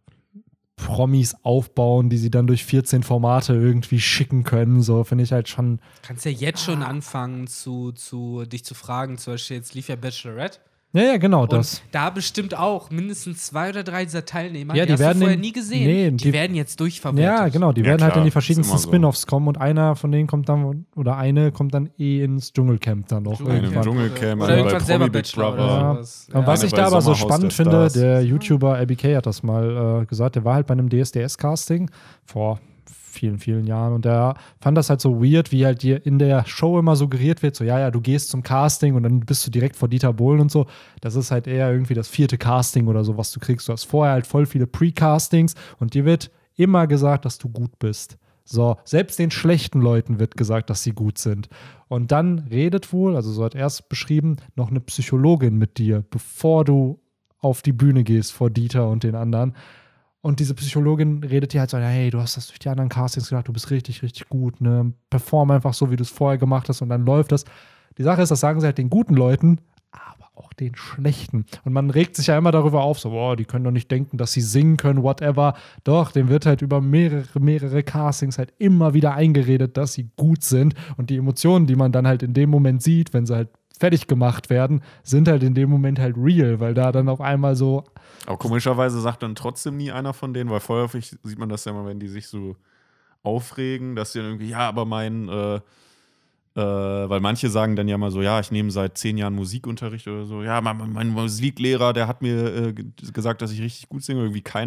Promis aufbauen, die sie dann durch vierzehn Formate irgendwie schicken können, so finde ich halt schon. Kannst ja jetzt schon anfangen, zu, zu dich zu fragen. Zum Beispiel, jetzt lief ja Bachelorette. Ja, ja, genau das. Und da bestimmt auch mindestens zwei oder drei dieser Teilnehmer, Ja, die, die hast werden du vorher in- nie gesehen. nee, die, die- werden jetzt durchverwertet. Ja, genau, die Ja, werden halt klar, in die ist verschiedensten immer so. Spin-offs kommen und einer von denen kommt dann, oder eine kommt dann eh ins Dschungelcamp dann noch Dschungelcamp. Eine im irgendwann. Dschungelcamp, Oder eine bei irgendwann selber Promi Big Bachelor Brother. oder Ja. sowas. Und was eine ich bei da aber so Sommerhaus spannend der finde, Stars. der YouTuber Abby Kay hat das mal äh, gesagt, der war halt bei einem D S D S-Casting vor vielen, vielen Jahren und der fand das halt so weird, wie halt dir in der Show immer suggeriert wird, so ja, ja, du gehst zum Casting und dann bist du direkt vor Dieter Bohlen und so. Das ist halt eher irgendwie das vierte Casting oder so, was du kriegst. Du hast vorher halt voll viele Pre-Castings und dir wird immer gesagt, dass du gut bist. So, selbst den schlechten Leuten wird gesagt, dass sie gut sind. Und dann redet wohl, also so hat er es beschrieben, noch eine Psychologin mit dir, bevor du auf die Bühne gehst vor Dieter und den anderen. Und diese Psychologin redet dir halt so, hey, du hast das durch die anderen Castings gemacht, du bist richtig, richtig gut, ne? Perform einfach so, wie du es vorher gemacht hast und dann läuft das. Die Sache ist, das sagen sie halt den guten Leuten, aber auch den schlechten. Und man regt sich ja immer darüber auf, so, boah, die können doch nicht denken, dass sie singen können, whatever. Doch, dem wird halt über mehrere, mehrere Castings halt immer wieder eingeredet, dass sie gut sind. Und die Emotionen, die man dann halt in dem Moment sieht, wenn sie halt fertig gemacht werden, sind halt in dem Moment halt real, weil da dann auf einmal so. Aber komischerweise sagt dann trotzdem nie einer von denen, weil voll häufig sieht man das ja immer, wenn die sich so aufregen, dass die dann irgendwie, ja, aber mein, äh, äh, weil manche sagen dann ja mal so, ja, ich nehme seit zehn Jahren Musikunterricht oder so, ja, mein, mein Musiklehrer, der hat mir äh, gesagt, dass ich richtig gut singe, irgendwie keiner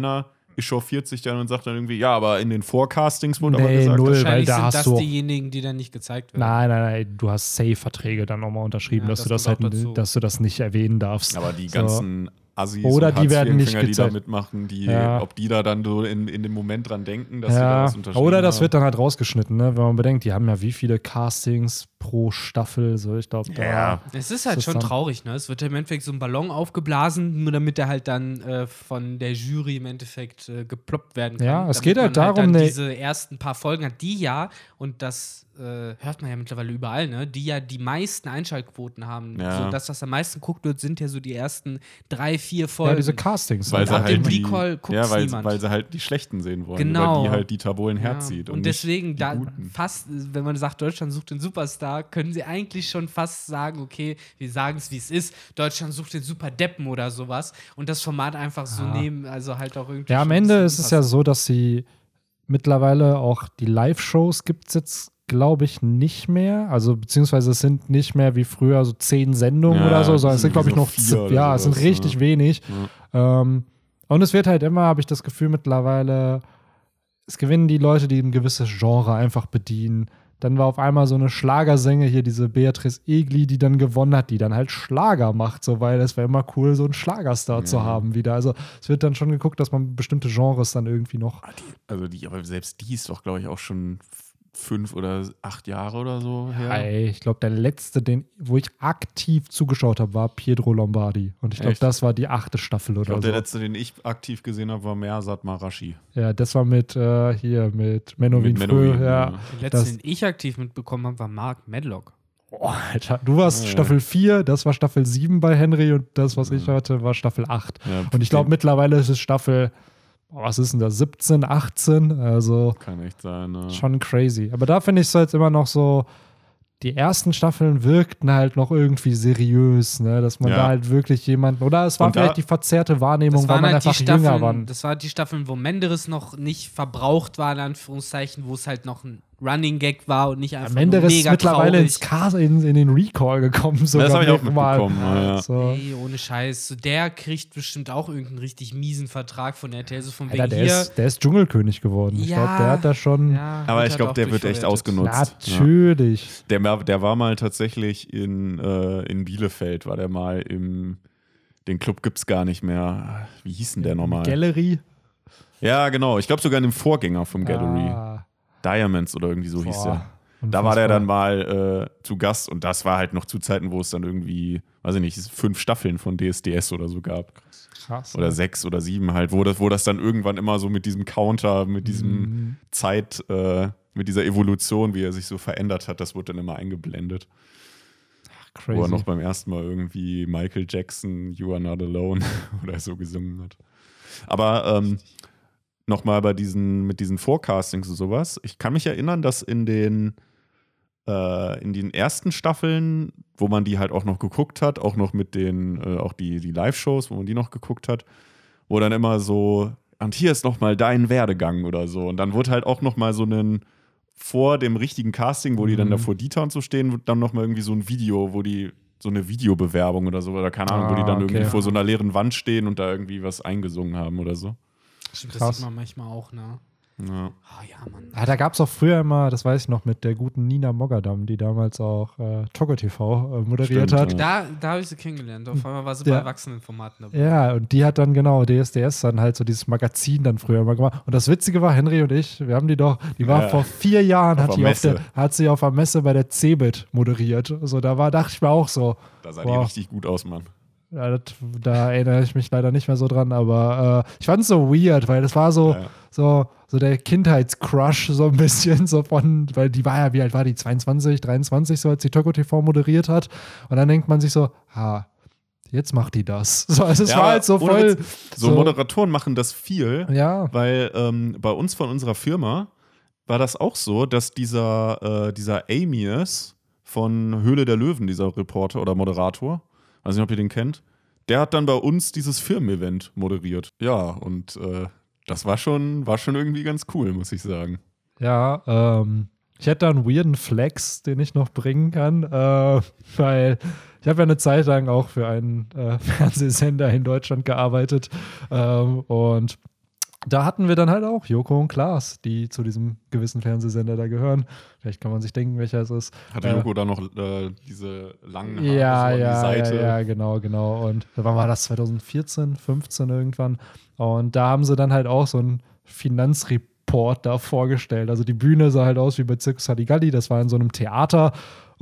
echauffiert sich dann und sagt dann irgendwie, ja, aber in den Forecastings wurde aber Nee, gesagt, null, weil Wahrscheinlich da sind hast das du auch- diejenigen, die dann nicht gezeigt werden. Nein, nein, nein, du hast Safe-Verträge dann nochmal unterschrieben, Ja, dass das du das halt, kommt auch dazu. dass du das nicht erwähnen darfst. aber die So. ganzen Assis Oder und die werden nicht Hartz-vier-Empfänger, die da gezeigt. mitmachen, die, Ja. ob die da dann so in, in dem Moment dran denken, dass sie da Ja, was unterschrieben oder das haben. wird dann halt rausgeschnitten, ne? Wenn man bedenkt, die haben ja wie viele Castings pro Staffel, so ich glaube, da Ja. Es ist halt Das ist schon dann- traurig, ne? Es wird im Endeffekt so ein Ballon aufgeblasen, nur damit er halt dann äh, von der Jury im Endeffekt äh, geploppt werden kann. Ja, es Damit geht halt man darum, dann ne- diese ersten paar Folgen hat, die ja, und das äh, hört man ja mittlerweile überall, ne? Die ja die meisten Einschaltquoten haben. Ja. So, das, was am meisten guckt wird, sind ja so die ersten drei, vier Folgen. ja, diese Castings. Weil halt. sie Ab dem halt die, Recall guckt's ja, weil, niemand. weil sie halt die Schlechten sehen wollen, Genau. über die halt Dieter Bohlen Ja, herzieht. Und, nicht deswegen, die da Guten. fast, wenn man sagt, Deutschland sucht den Superstar, können sie eigentlich schon fast sagen, okay, wir sagen es, wie es ist. Deutschland sucht den Superdeppen oder sowas. Und das Format einfach so Ja. nehmen, also halt auch irgendwie. Ja, am schon ein Ende bisschen ist es ja unpassend. so, dass sie mittlerweile auch die Live-Shows gibt es jetzt, glaube ich, nicht mehr. Also beziehungsweise es sind nicht mehr wie früher so zehn Sendungen Ja, oder so, sondern es sind, sind glaube ich, so noch vier z- oder ja, es sind sowas, richtig ja. wenig. Ähm, und es wird halt immer, habe ich das Gefühl, mittlerweile, es gewinnen die Leute, die ein gewisses Genre einfach bedienen. Dann war auf einmal so eine Schlagersänger hier, diese Beatrice Egli, die dann gewonnen hat, die dann halt Schlager macht, so, weil es wäre immer cool, so einen Schlagerstar zu Ja. haben wieder. Also es wird dann schon geguckt, dass man bestimmte Genres dann irgendwie noch. Ah, die, also die, aber selbst die ist doch, glaube ich, auch schon f- fünf oder acht Jahre oder so her. Ey, ich glaube, der letzte, den, wo ich aktiv zugeschaut habe, war Pietro Lombardi. Und ich glaube, Echt? das war die achte Staffel Ich oder glaube, so. der letzte, den ich aktiv gesehen habe, war Mersat Marashi. Ja, das war mit äh, hier, mit Menowin Mit Frö. Menowin, Ja. ja. Den letzten, das- den ich aktiv mitbekommen habe, war Mark Medlock. Boah, Alter, du warst Ja, ja. Staffel vier, das war Staffel sieben bei Henry und das, was ich hatte, war Staffel acht. Ja, Und ich glaube, den- mittlerweile ist es Staffel, boah, was ist denn das, siebzehn, achtzehn? Also Kann echt sein. Ne? schon crazy. Aber da finde ich es jetzt immer noch so, die ersten Staffeln wirkten halt noch irgendwie seriös, ne? Dass man Ja. da halt wirklich jemanden, oder es war Und da- vielleicht die verzerrte Wahrnehmung, weil man halt einfach jünger war. das waren die Staffeln, wo Menderes noch nicht verbraucht war, in Anführungszeichen, wo es halt noch ein Running Gag war und nicht einfach Am Ende nur ist mega mittlerweile traurig. ins Cast, in, in den Recall gekommen. Sogar das habe ich auch mehrmal. mitbekommen. Ja, ja. So. Ey, ohne Scheiß. So, der kriegt bestimmt auch irgendeinen richtig miesen Vertrag von R T L. So von Alter, wegen der, hier. ist, der ist Dschungelkönig geworden. Ich Ja. glaube, der hat da schon. Ja, Aber wird ich halt glaube, auch der wird echt durchverwertet. ausgenutzt. Ja. Natürlich. Der, war- der war mal tatsächlich in, äh, in Bielefeld, war der mal im, den Club gibt's gar nicht mehr. Wie hieß denn der nochmal? Gallery. Ja, genau. Ich glaube sogar in dem Vorgänger vom Gallery. Ah, Diamonds oder irgendwie so hieß boah, der. Da war der unfassbar. dann mal äh, zu Gast und das war halt noch zu Zeiten, wo es dann irgendwie, weiß ich nicht, fünf Staffeln von D S D S oder so gab. Krass. Oder sechs oder sieben halt, wo das, wo das dann irgendwann immer so mit diesem Counter, mit diesem Mhm. Zeit, äh, mit dieser Evolution, wie er sich so verändert hat, das wurde dann immer eingeblendet. Wo er Crazy. noch beim ersten Mal irgendwie Michael Jackson, You Are Not Alone oder so gesungen hat. Aber ähm, nochmal bei diesen, mit diesen Forecastings und sowas. Ich kann mich erinnern, dass in den, äh, in den ersten Staffeln, wo man die halt auch noch geguckt hat, auch noch mit den, äh, auch die, die Live-Shows, wo man die noch geguckt hat, wo dann immer so, und hier ist nochmal dein Werdegang oder so. Und dann wurde halt auch nochmal so ein, vor dem richtigen Casting, wo die dann Mhm. da vor Dieter und so stehen, wird dann nochmal irgendwie so ein Video, wo die so eine Videobewerbung oder so, oder keine Ahnung, wo die Ah, dann okay. irgendwie vor so einer leeren Wand stehen und da irgendwie was eingesungen haben oder so. Stimmt, das Krass. sieht man manchmal auch, ne? Ja. Oh ja, Mann. Ah, da gab es auch früher immer, das weiß ich noch, mit der guten Nina Mogadam, die damals auch äh, Togo T V äh, moderiert Stimmt, hat. ja. Da, da habe ich sie kennengelernt. Auf einmal war sie Ja. bei Erwachsenenformaten dabei. Ja, und die hat dann genau D S D S dann halt so dieses Magazin dann früher mal gemacht. Und das Witzige war, Henry und ich, wir haben die doch, die war Ja. vor vier Jahren, Auf hat, der die auf der, Messe. hat sie auf der Messe bei der Cebit moderiert. Also da war, dachte ich mir auch so, Da sah Wow. die richtig gut aus, Mann. ja, das, da erinnere ich mich leider nicht mehr so dran, aber äh, ich fand es so weird, weil das war so, Ja. so, so der Kindheitscrush so ein bisschen so von, weil die war ja, wie alt war die, zweiundzwanzig, dreiundzwanzig, so als die Togo T V moderiert hat. Und dann denkt man sich so, ha, jetzt macht die das. So, also es Ja, war aber halt so ohne voll. Witz, So, Moderatoren machen das viel, Ja, weil ähm, bei uns von unserer Firma war das auch so, dass dieser, äh, dieser Amias von Höhle der Löwen, dieser Reporter oder Moderator, weiß nicht, ob ihr den kennt, der hat dann bei uns dieses Firmen-Event moderiert. Ja, und äh, das war schon, war schon irgendwie ganz cool, muss ich sagen. ja, ähm, ich hätte da einen weirden Flex, den ich noch bringen kann, äh, weil ich habe ja eine Zeit lang auch für einen äh, Fernsehsender in Deutschland gearbeitet ähm, und da hatten wir dann halt auch Joko und Klaas, die zu diesem gewissen Fernsehsender da gehören. Vielleicht kann man sich denken, welcher es ist. Hatte Äh, Joko da noch äh, diese langen Haare Ja, so an ja, die ja, Seite? ja, genau, genau. Und wann war das? zwanzig vierzehn, fünfzehn irgendwann. Und da haben sie dann halt auch so einen Finanzreport da vorgestellt. Also die Bühne sah halt aus wie bei Circus Halligalli. Das war in so einem Theater.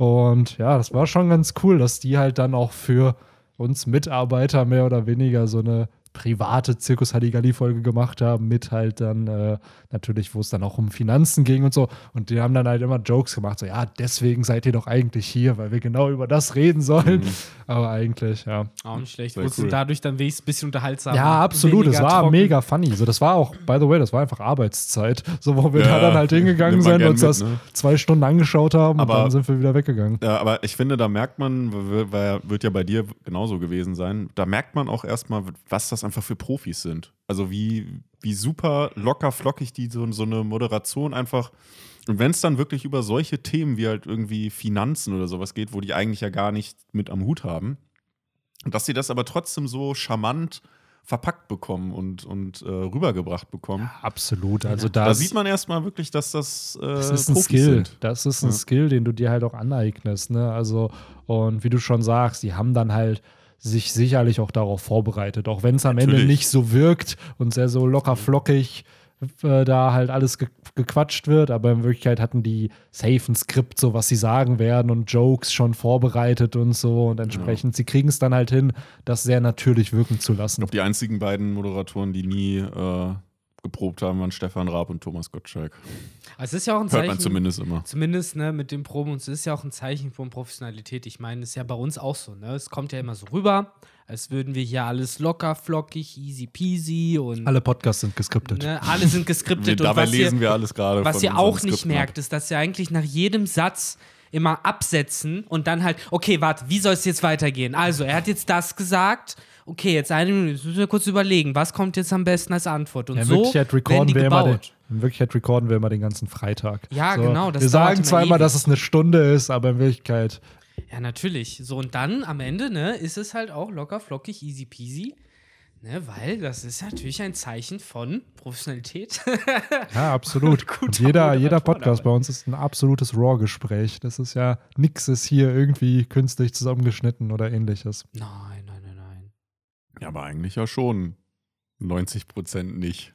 Und ja, das war schon ganz cool, dass die halt dann auch für uns Mitarbeiter mehr oder weniger so eine private Circus Halligalli-Folge gemacht haben, mit halt dann äh, natürlich, wo es dann auch um Finanzen ging und so. Und die haben dann halt immer Jokes gemacht, so ja, deswegen seid ihr doch eigentlich hier, weil wir genau über das reden sollen. Mhm. Aber eigentlich, ja. Auch nicht schlecht. Sehr Wurdest cool. du dadurch dann wenigstens ein bisschen unterhaltsamer? Ja, absolut. Es weniger war trocken? mega funny. So, das war auch, by the way, das war einfach Arbeitszeit. So, wo wir Ja, da dann halt hingegangen nimmt man sind, gern uns mit, das ne? zwei Stunden angeschaut haben Aber- und dann sind wir wieder weggegangen. Ja, aber ich finde, da merkt man, w- w- wird ja bei dir genauso gewesen sein, da merkt man auch erstmal, was das einfach für Profis sind. Also wie, wie super locker flockig die so, so eine Moderation einfach. Und wenn es dann wirklich über solche Themen wie halt irgendwie Finanzen oder sowas geht, wo die eigentlich ja gar nicht mit am Hut haben, dass sie das aber trotzdem so charmant verpackt bekommen und, und äh, rübergebracht bekommen. Absolut. Also Da das, sieht man erstmal wirklich, dass das, äh, das ist ein Profis Skill. sind. Das ist ein Ja. Skill, den du dir halt auch aneignest. Ne? Also, und wie du schon sagst, die haben dann halt sich sicherlich auch darauf vorbereitet, auch wenn es am Ende Natürlich. nicht so wirkt und sehr so locker flockig äh, da halt alles ge gequatscht wird, aber in Wirklichkeit hatten die safe ein Skript, so was sie sagen werden und Jokes schon vorbereitet und so und entsprechend, sie kriegen es dann halt hin, das sehr natürlich wirken zu Ich lassen. glaube, die einzigen beiden Moderatoren, die nie äh, geprobt haben, waren Stefan Raab und Thomas Gottschalk. Also es ist ja auch ein Hört Zeichen. man zumindest immer. Zumindest ne, mit dem Proben, und es ist ja auch ein Zeichen von Professionalität. Ich meine, es ist ja bei uns auch so. Ne? Es kommt ja immer so rüber, als würden wir hier alles locker, flockig, easy peasy und Alle Podcasts sind geskriptet. ne, alle sind Wir, geskriptet. und dabei was lesen ihr, wir alles gerade. was von ihr unseren auch nicht Skripten ab. merkt, ist, dass ihr eigentlich nach jedem Satz immer absetzen und dann halt, okay, warte, wie soll es jetzt weitergehen? Also, er hat jetzt das gesagt. Okay, jetzt eine Minute, jetzt müssen wir kurz überlegen, was kommt jetzt am besten als Antwort? Und Ja, in so Wirklichkeit werden recorden die wir immer den, gebaut. in Wirklichkeit recorden wir immer den ganzen Freitag. Ja, genau, das Wir dauert sagen immer zwar immer, ewig. dass es eine Stunde ist, aber in Wirklichkeit Ja, natürlich. So, und dann am Ende, ne, ist es halt auch locker, flockig, easy peasy. Ne, weil das ist natürlich ein Zeichen von Professionalität. ja, absolut. Guter Und jeder, jeder Moderator Podcast dabei. bei uns ist ein absolutes Raw-Gespräch. Das ist ja, nix ist hier irgendwie künstlich zusammengeschnitten oder ähnliches. Nein, nein, nein, nein. Ja, aber eigentlich ja schon. neunzig Prozent nicht.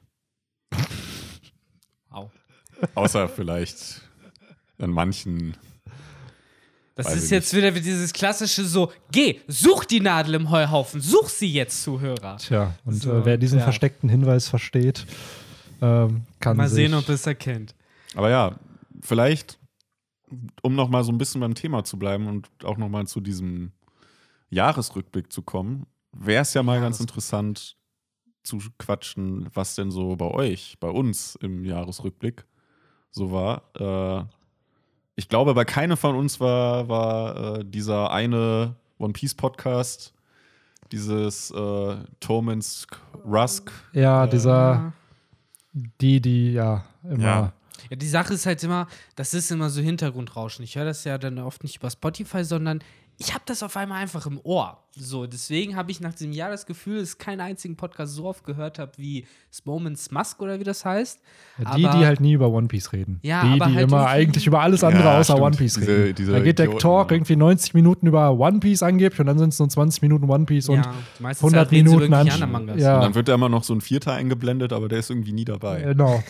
Au. Außer vielleicht an manchen. Das Weiß ist ich jetzt wieder wie dieses klassische so, geh, such die Nadel im Heuhaufen, such sie jetzt, Zuhörer. Tja, und So, äh, wer diesen ja. versteckten Hinweis versteht, ähm, kann Mal sich sehen, ob es erkennt. Aber ja, vielleicht, um noch mal so ein bisschen beim Thema zu bleiben und auch noch mal zu diesem Jahresrückblick zu kommen, wäre es ja mal ganz Jahresrückblick. interessant zu quatschen, was denn so bei euch, bei uns im Jahresrückblick so war. Äh, ich glaube, bei keinem von uns war, war äh, dieser eine One Piece Podcast, dieses äh, Tomans Rusk. Ja, äh, dieser, die, die, ja, immer. Ja. Ja, die Sache ist halt immer, das ist immer so Hintergrundrauschen. Ich höre das ja dann oft nicht über Spotify, sondern ich habe das auf einmal einfach im Ohr. So, deswegen habe ich nach diesem Jahr das Gefühl, dass ich keinen einzigen Podcast so oft gehört habe wie Smomans Musk oder wie das heißt. Ja, die, Aber- die halt nie über One Piece reden. Ja, die, aber die halt immer irgendwie- eigentlich über alles andere Ja, außer stimmt. One Piece Diese- reden. diese da geht der Idioten, Talk ja. irgendwie neunzig Minuten über One Piece angeblich und dann sind es nur zwanzig Minuten One Piece und ja, die meiste hundert Zeit reden sie Minuten wirklich an- an Mangas. ja. Und dann wird da immer noch so ein Vierter eingeblendet, aber der ist irgendwie nie dabei. genau.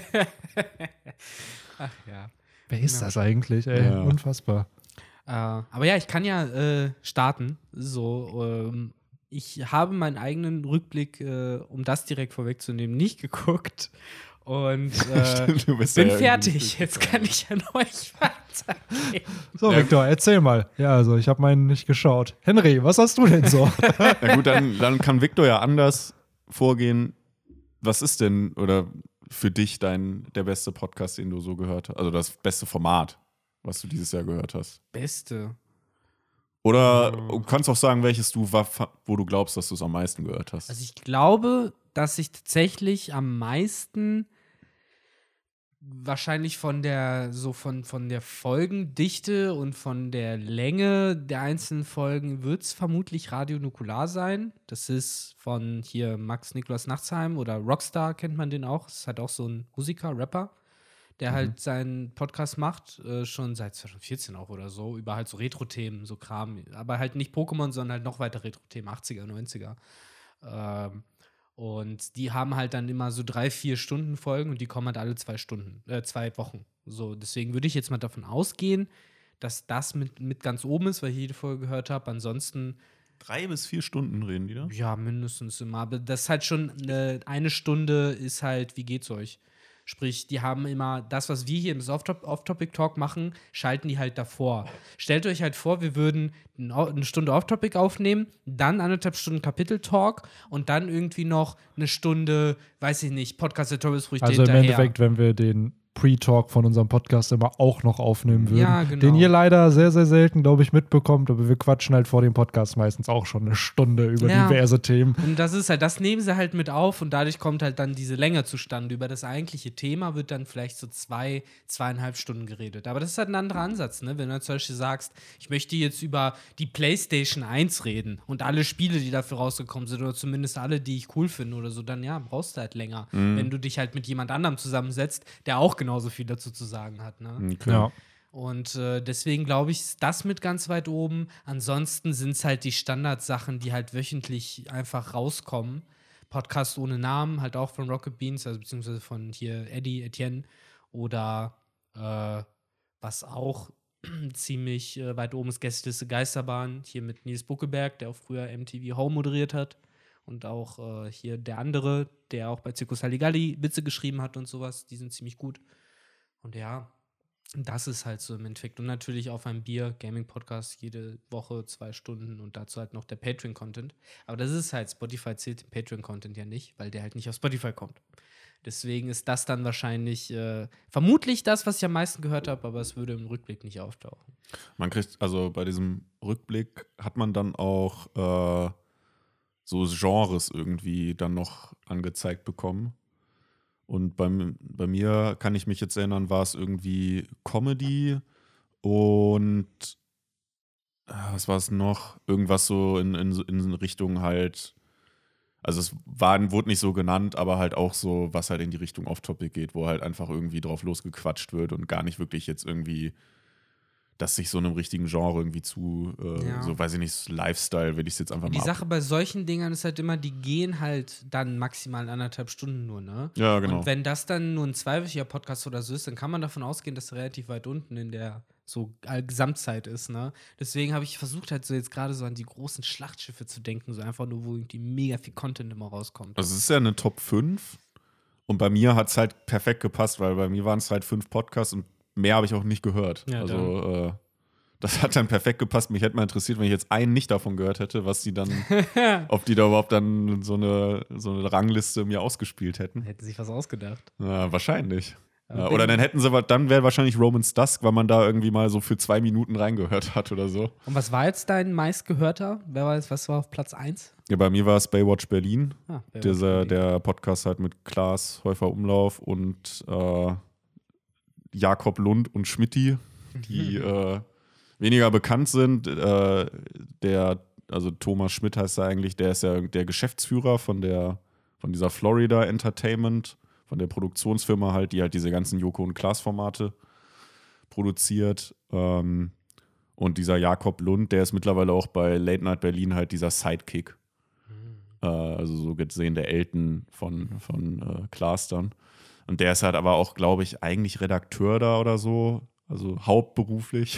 Ach ja. Wer ist Genau. das eigentlich? Ey, Ja. unfassbar. Äh, aber ja, ich kann ja äh, starten. So, ähm, ich habe meinen eigenen Rückblick, äh, um das direkt vorwegzunehmen, nicht geguckt. Und äh, Du bist bin ja fertig. irgendwie- Jetzt kann ich an euch weitergehen. So, Ja. Victor, erzähl mal. Ja, also ich habe meinen nicht geschaut. Henry, was hast du denn so? Na gut, dann, dann kann Victor ja anders vorgehen. Was ist denn oder für dich dein der beste Podcast, den du so gehört hast? Also das beste Format, was du dieses Jahr gehört hast? Beste. Oder Mhm. du kannst auch sagen, welches du war, wo du glaubst, dass du es am meisten gehört hast. Also ich glaube, dass ich tatsächlich am meisten wahrscheinlich von der, so von, von der Folgendichte und von der Länge der einzelnen Folgen wird es vermutlich Radio Nukular sein. Das ist von hier Max Nikolaus Nachtsheim oder Rockstar kennt man den auch. Das ist halt auch so ein Musiker, Rapper, der mhm. halt seinen Podcast macht, äh, schon seit zwanzig vierzehn auch oder so, über halt so Retro-Themen, so Kram. Aber halt nicht Pokémon, sondern halt noch weiter Retro-Themen, achtziger, neunziger. Ähm, Und die haben halt dann immer so drei, vier Stunden Folgen und die kommen halt alle zwei Stunden, äh, zwei Wochen. So, deswegen würde ich jetzt mal davon ausgehen, dass das mit, mit ganz oben ist, weil ich jede Folge gehört habe. Ansonsten. Drei bis vier Stunden reden die da? Ja, mindestens immer. Aber das ist halt schon eine, eine Stunde ist halt, wie geht's euch? Sprich, die haben immer das, was wir hier im Off-Topic-Talk machen, schalten die halt davor. Stellt euch halt vor, wir würden eine Stunde Off-Topic aufnehmen, dann anderthalb Stunden Kapitel-Talk und dann irgendwie noch eine Stunde, weiß ich nicht, Podcast-Tutorials-Früchte also hinterher. Also im Endeffekt, wenn wir den Pre-Talk von unserem Podcast immer auch noch aufnehmen würden, ja, genau. den ihr leider sehr, sehr selten, glaube ich, mitbekommt, aber wir quatschen halt vor dem Podcast meistens auch schon eine Stunde über ja. diverse Themen. Und das ist halt, das nehmen sie halt mit auf und dadurch kommt halt dann diese Länge zustande. Über das eigentliche Thema wird dann vielleicht so zwei, zweieinhalb Stunden geredet. Aber das ist halt ein anderer Ansatz, ne? Wenn du zum Beispiel sagst, ich möchte jetzt über die PlayStation eins reden und alle Spiele, die dafür rausgekommen sind, oder zumindest alle, die ich cool finde oder so, dann ja, brauchst du halt länger. Mhm. Wenn du dich halt mit jemand anderem zusammensetzt, der auch genauso viel dazu zu sagen hat. Ne? Okay. Ja. Und äh, deswegen glaube ich, ist das mit ganz weit oben. Ansonsten sind es halt die Standardsachen, die halt wöchentlich einfach rauskommen. Podcast ohne Namen, halt auch von Rocket Beans, also beziehungsweise von hier Eddie, Etienne. Oder äh, was auch ziemlich äh, weit oben ist, Gästeliste Geisterbahn, hier mit Nils Buckelberg, der auch früher M T V Home moderiert hat. Und auch äh, hier der andere, der auch bei Zirkus Halligalli Witze geschrieben hat und sowas, die sind ziemlich gut. Und ja, das ist halt so im Endeffekt. Und natürlich auf einem Bier-Gaming-Podcast jede Woche zwei Stunden und dazu halt noch der Patreon-Content. Aber das ist halt, Spotify zählt den Patreon-Content ja nicht, weil der halt nicht auf Spotify kommt. Deswegen ist das dann wahrscheinlich äh, vermutlich das, was ich am meisten gehört habe, aber es würde im Rückblick nicht auftauchen. Man kriegt, also bei diesem Rückblick hat man dann auch äh, so Genres irgendwie dann noch angezeigt bekommen. Und beim, bei mir, kann ich mich jetzt erinnern, war es irgendwie Comedy und äh, was war es noch? Irgendwas so in, in, in Richtung halt, also es war, wurde nicht so genannt, aber halt auch so, was halt in die Richtung Off-Topic geht, wo halt einfach irgendwie drauf losgequatscht wird und gar nicht wirklich jetzt irgendwie, dass sich so einem richtigen Genre irgendwie zu, äh, ja. so weiß ich nicht, Lifestyle, will ich es jetzt einfach die mal Die Sache ab- bei solchen Dingern ist halt immer, die gehen halt dann maximal anderthalb Stunden nur, ne? Ja, genau. Und wenn das dann nur ein zweiwöchiger Podcast oder so ist, dann kann man davon ausgehen, dass er relativ weit unten in der so Gesamtzeit ist, ne? Deswegen habe ich versucht halt so jetzt gerade so an die großen Schlachtschiffe zu denken, so einfach nur, wo irgendwie mega viel Content immer rauskommt. Also es ist ja eine Top fünf und bei mir hat es halt perfekt gepasst, weil bei mir waren es halt fünf Podcasts und mehr habe ich auch nicht gehört. Ja, also äh, das hat dann perfekt gepasst. Mich hätte mal interessiert, wenn ich jetzt einen nicht davon gehört hätte, was die dann, ob die da überhaupt dann so eine, so eine Rangliste mir ausgespielt hätten. Hätten sich was ausgedacht. Ja, wahrscheinlich. Ja, oder dann hätten sie, dann wäre wahrscheinlich Roman's Dusk, weil man da irgendwie mal so für zwei Minuten reingehört hat oder so. Und was war jetzt dein meistgehörter? Wer war jetzt, was war auf Platz eins? Ja, bei mir war es Baywatch Berlin. Ah, Baywatch Dieser, Berlin. Der Podcast halt mit Klaas Häufer Umlauf und äh, Jakob Lund und Schmidti, die äh, weniger bekannt sind. Äh, der, also Thomas Schmidt heißt er eigentlich, der ist ja der Geschäftsführer von der, von dieser Florida Entertainment, von der Produktionsfirma halt, die halt diese ganzen Joko und Klaas-Formate produziert. Ähm, und dieser Jakob Lund, der ist mittlerweile auch bei Late Night Berlin halt dieser Sidekick. Mhm. Äh, also so gesehen der Elton von, von äh, Klaas dann. Und der ist halt aber auch, glaube ich, eigentlich Redakteur da oder so, also hauptberuflich.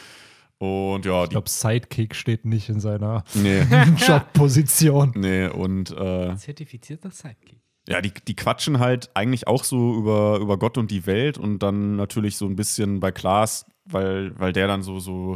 Und ja, ich glaube, Sidekick steht nicht in seiner nee. Jobposition. Nee, und äh, zertifizierter Sidekick. Ja, die, die quatschen halt eigentlich auch so über, über Gott und die Welt und dann natürlich so ein bisschen bei Klaas, weil, weil der dann so, so,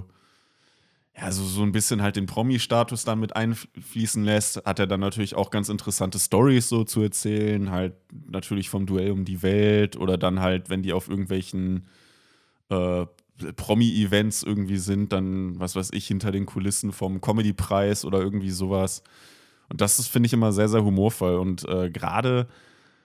ja, so, so ein bisschen halt den Promi-Status dann mit einfließen lässt, hat er dann natürlich auch ganz interessante Storys so zu erzählen, halt natürlich vom Duell um die Welt oder dann halt, wenn die auf irgendwelchen äh, Promi-Events irgendwie sind, dann, was weiß ich, hinter den Kulissen vom Comedy-Preis oder irgendwie sowas. Und das ist, finde ich, immer sehr, sehr humorvoll. Und äh, gerade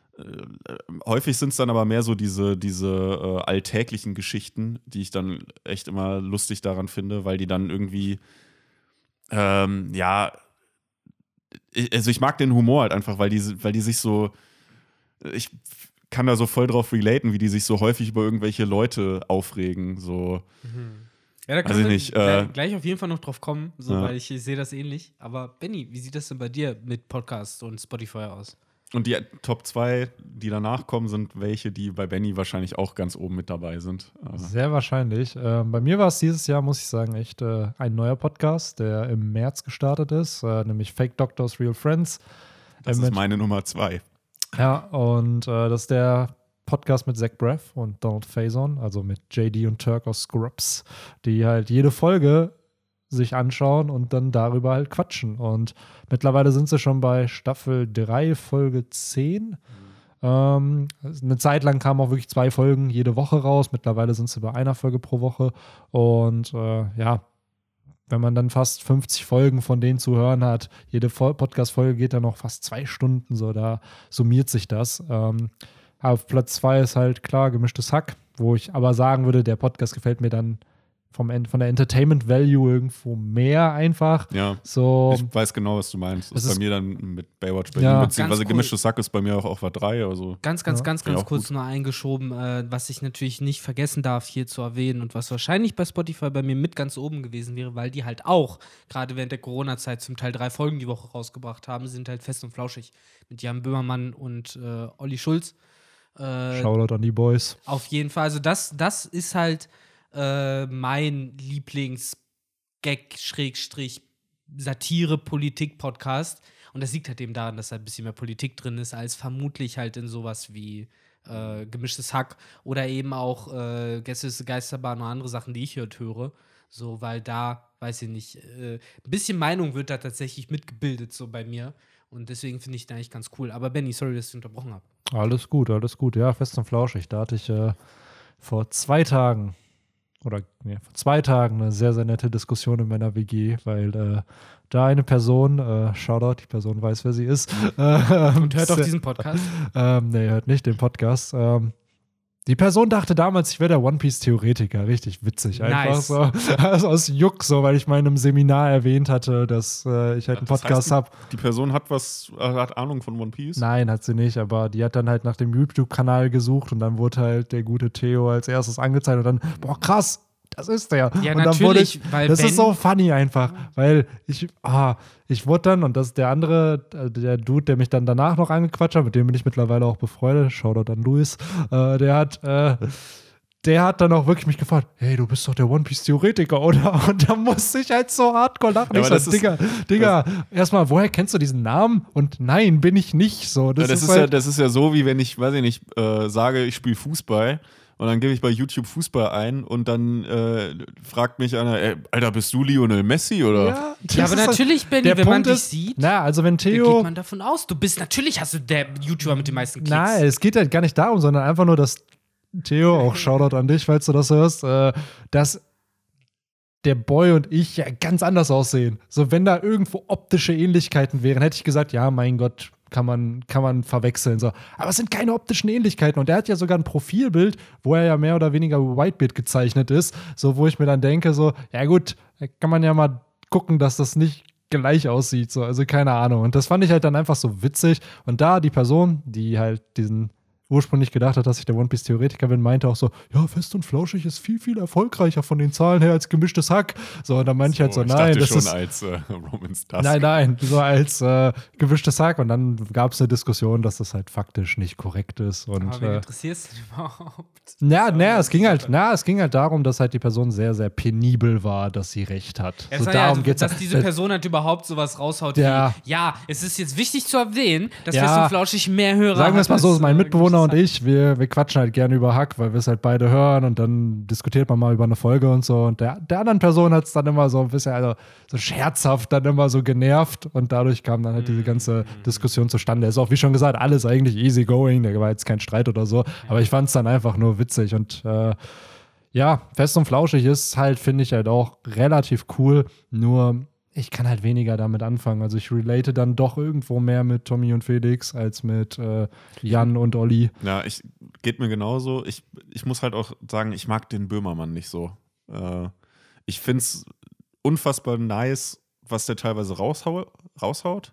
äh, häufig sind es dann aber mehr so diese, diese äh, alltäglichen Geschichten, die ich dann echt immer lustig daran finde, weil die dann irgendwie, ähm, ja, ich, also ich mag den Humor halt einfach, weil die, weil die sich so, ich kann da so voll drauf relaten, wie die sich so häufig über irgendwelche Leute aufregen, so. Mhm. Ja, da Weiß können ich wir nicht, gleich, äh, gleich auf jeden Fall noch drauf kommen, so, Ja. weil ich, ich sehe das ähnlich. Aber Benny, wie sieht das denn bei dir mit Podcast und Spotify aus? Und die Top zwei, die danach kommen, sind welche, die bei Benny wahrscheinlich auch ganz oben mit dabei sind. Äh, Sehr wahrscheinlich. Ähm, bei mir war es dieses Jahr, muss ich sagen, echt äh, ein neuer Podcast, der im März gestartet ist, äh, nämlich Fake Doctors, Real Friends. Das Äh, ist mit- meine Nummer zwei. Ja, und äh, das ist der Podcast mit Zach Braff und Donald Faison, also mit J D und Turk aus Scrubs, die halt jede Folge sich anschauen und dann darüber halt quatschen. Und mittlerweile sind sie schon bei Staffel drei, Folge zehn. Ähm, eine Zeit lang kamen auch wirklich zwei Folgen jede Woche raus. Mittlerweile sind sie bei einer Folge pro Woche. Und äh, ja, wenn man dann fast fünfzig Folgen von denen zu hören hat, jede Fol- Podcast-Folge geht dann noch fast zwei Stunden, so da summiert sich das. Ähm, auf Platz zwei ist halt klar Gemischtes Hack, wo ich aber sagen würde, der Podcast gefällt mir dann vom En- von der Entertainment Value irgendwo mehr einfach. Ja. So, Ich weiß genau, was du meinst. Das Es ist ist- bei mir dann mit Baywatch Berlin, Ja. beziehungsweise Ganz cool. Gemischtes Sack ist bei mir auch auf der drei. Also. Ganz, ganz, Ja, ganz, finde ich ganz auch kurz gut. nur eingeschoben, äh, was ich natürlich nicht vergessen darf, hier zu erwähnen und was wahrscheinlich bei Spotify bei mir mit ganz oben gewesen wäre, weil die halt auch, gerade während der Corona-Zeit, zum Teil drei Folgen die Woche rausgebracht haben, sind halt fest und flauschig. Mit Jan Böhmermann und äh, Olli Schulz. Äh, Shoutout an die Boys. Auf jeden Fall. Also das, das ist halt äh, mein Lieblings-Gag-Satire-Politik-Podcast. Und das liegt halt eben daran, dass da ein bisschen mehr Politik drin ist, als vermutlich halt in sowas wie äh, Gemischtes Hack oder eben auch äh, Gäste Geisterbahn oder andere Sachen, die ich halt höre. So, weil da, weiß ich nicht, äh, ein bisschen Meinung wird da tatsächlich mitgebildet, so bei mir. Und deswegen finde ich den eigentlich ganz cool. Aber Benny, sorry, dass ich unterbrochen habe. Alles gut, alles gut. Ja, fest und flauschig. Da hatte ich äh, vor zwei Tagen oder nee, vor zwei Tagen eine sehr, sehr nette Diskussion in meiner W G, weil äh, da eine Person, äh, Shoutout, die Person weiß, wer sie ist. Äh, Und hört auch sehr- diesen Podcast. Ähm, nee, hört nicht den Podcast. Ähm, die Person dachte damals, ich wäre der One Piece-Theoretiker. Richtig witzig. Einfach Nice. so. Also aus Juck, so, weil ich mal in einem Seminar erwähnt hatte, dass äh, ich halt einen Das heißt, Podcast die- habe. Die Person hat was, äh, hat Ahnung von One Piece. Nein, hat sie nicht, aber die hat dann halt nach dem YouTube-Kanal gesucht und dann wurde halt der gute Theo als erstes angezeigt und dann, boah, krass, das ist der. Ja, und dann wurde natürlich, ich, weil das Ben- ist so funny einfach, weil ich, ah, ich wurde dann, und das ist der andere, äh, der Dude, der mich dann danach noch angequatscht hat, mit dem bin ich mittlerweile auch befreundet, Shoutout an Luis, äh, der hat, äh, der hat dann auch wirklich mich gefragt, hey, du bist doch der One Piece Theoretiker, oder? Und da musste ich halt so hardcore lachen. Ja, ich aber so, das ist- Digga, Digga, erstmal, woher kennst du diesen Namen? Und nein, bin ich nicht so. Das, Ja, das, ist, ist ja, halt, das ist ja so, wie wenn ich, weiß ich nicht, äh, sage, ich spiele Fußball und dann gebe ich bei YouTube Fußball ein und dann äh, fragt mich einer, ey, Alter, bist du Lionel Messi oder? ja, das Ja, aber ist halt- natürlich, Benny, der wenn man Punkt dich ist, sieht, Na, also wenn da geht Theo. man davon aus. Du bist, natürlich hast du der YouTuber mit den meisten Klicks. Nein, es geht halt gar nicht darum, sondern einfach nur, dass Theo, auch Shoutout an dich, falls du das hörst, äh, dass der Boy und ich ja ganz anders aussehen. So, wenn da irgendwo optische Ähnlichkeiten wären, hätte ich gesagt, ja, mein Gott, kann man, kann man verwechseln. So. Aber es sind keine optischen Ähnlichkeiten. Und er hat ja sogar ein Profilbild, wo er ja mehr oder weniger Whitebeard gezeichnet ist, so wo ich mir dann denke, so, ja gut, da kann man ja mal gucken, dass das nicht gleich aussieht. So. Also keine Ahnung. Und das fand ich halt dann einfach so witzig. Und da die Person, die halt diesen ursprünglich gedacht hat, dass ich der One Piece Theoretiker bin, meinte auch so, ja, Fest und Flauschig ist viel, viel erfolgreicher von den Zahlen her als Gemischtes Hack. So, und dann meinte ich halt so, ich nein, dachte das schon ist, als äh, Roman Stars. nein, nein, so als äh, Gemischtes Hack. Und dann gab es eine Diskussion, dass das halt faktisch nicht korrekt ist. Und Aber wen äh, interessiert es denn überhaupt? ja, na, es ging halt, na, es ging halt darum, dass halt die Person sehr, sehr penibel war, dass sie recht hat. Es so war darum ja, also, geht's dass halt. diese Person halt überhaupt sowas raushaut Ja. wie, ja, es ist jetzt wichtig zu erwähnen, dass Ja. Fest und Flauschig mehr Hörer Sagen wir es mal hat so, als, mein äh, Mitbewohner und Gemischtes ich, wir, wir quatschen halt gerne über Hack, weil wir es halt beide hören und dann diskutiert man mal über eine Folge und so. Und der, der anderen Person hat es dann immer so ein bisschen, also so scherzhack dann immer so genervt und dadurch kam dann halt diese ganze Diskussion zustande. Ist auch, wie schon gesagt, alles eigentlich easy going, da war jetzt kein Streit oder so, aber ich fand es dann einfach nur witzig und äh, ja, Fest und Flauschig ist halt, finde ich halt auch relativ cool, nur ich kann halt weniger damit anfangen. Also ich relate dann doch irgendwo mehr mit Tommy und Felix als mit äh, Jan und Olli. Ja, ich geht mir genauso. Ich, ich muss halt auch sagen, ich mag den Böhmermann nicht so. Äh, ich finde es unfassbar nice, was der teilweise raushau raushaut.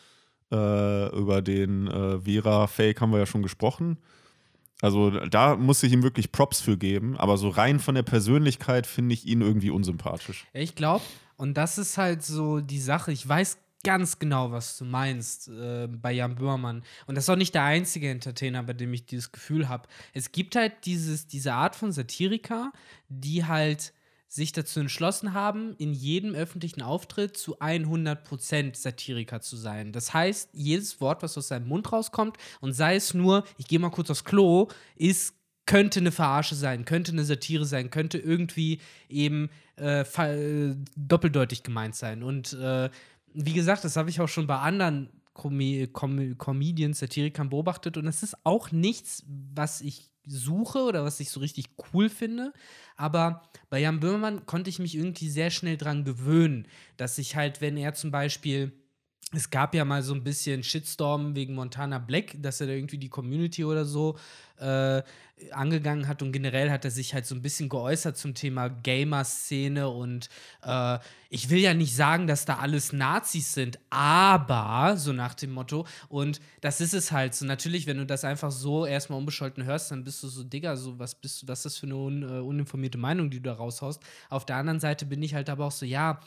Äh, über den äh, Vera-Fake haben wir ja schon gesprochen. Also da muss ich ihm wirklich Props für geben, aber so rein von der Persönlichkeit finde ich ihn irgendwie unsympathisch. Ich glaube, und das ist halt so die Sache, ich weiß ganz genau, was du meinst äh, bei Jan Böhmermann. Und das ist auch nicht der einzige Entertainer, bei dem ich dieses Gefühl habe. Es gibt halt dieses, diese Art von Satiriker, die halt sich dazu entschlossen haben, in jedem öffentlichen Auftritt zu hundert Prozent Satiriker zu sein. Das heißt, jedes Wort, was aus seinem Mund rauskommt, und sei es nur, ich gehe mal kurz aufs Klo, ist, könnte eine Verarsche sein, könnte eine Satire sein, könnte irgendwie eben äh, doppeldeutig gemeint sein. Und äh, wie gesagt, das habe ich auch schon bei anderen Com Com Comedians, Satirikern beobachtet, und es ist auch nichts, was ich suche oder was ich so richtig cool finde, aber bei Jan Böhmermann konnte ich mich irgendwie sehr schnell dran gewöhnen, dass ich halt, wenn er zum Beispiel, es gab ja mal so ein bisschen Shitstorm wegen Montana Black, dass er da irgendwie die Community oder so äh, angegangen hat, und generell hat er sich halt so ein bisschen geäußert zum Thema Gamer-Szene, und äh, ich will ja nicht sagen, dass da alles Nazis sind, aber so nach dem Motto, und das ist es halt so. Natürlich, wenn du das einfach so erstmal unbescholten hörst, dann bist du so, Digga, so was bist du, was ist das für eine un, uh, uninformierte Meinung, die du da raushaust. Auf der anderen Seite bin ich halt aber auch so, ja,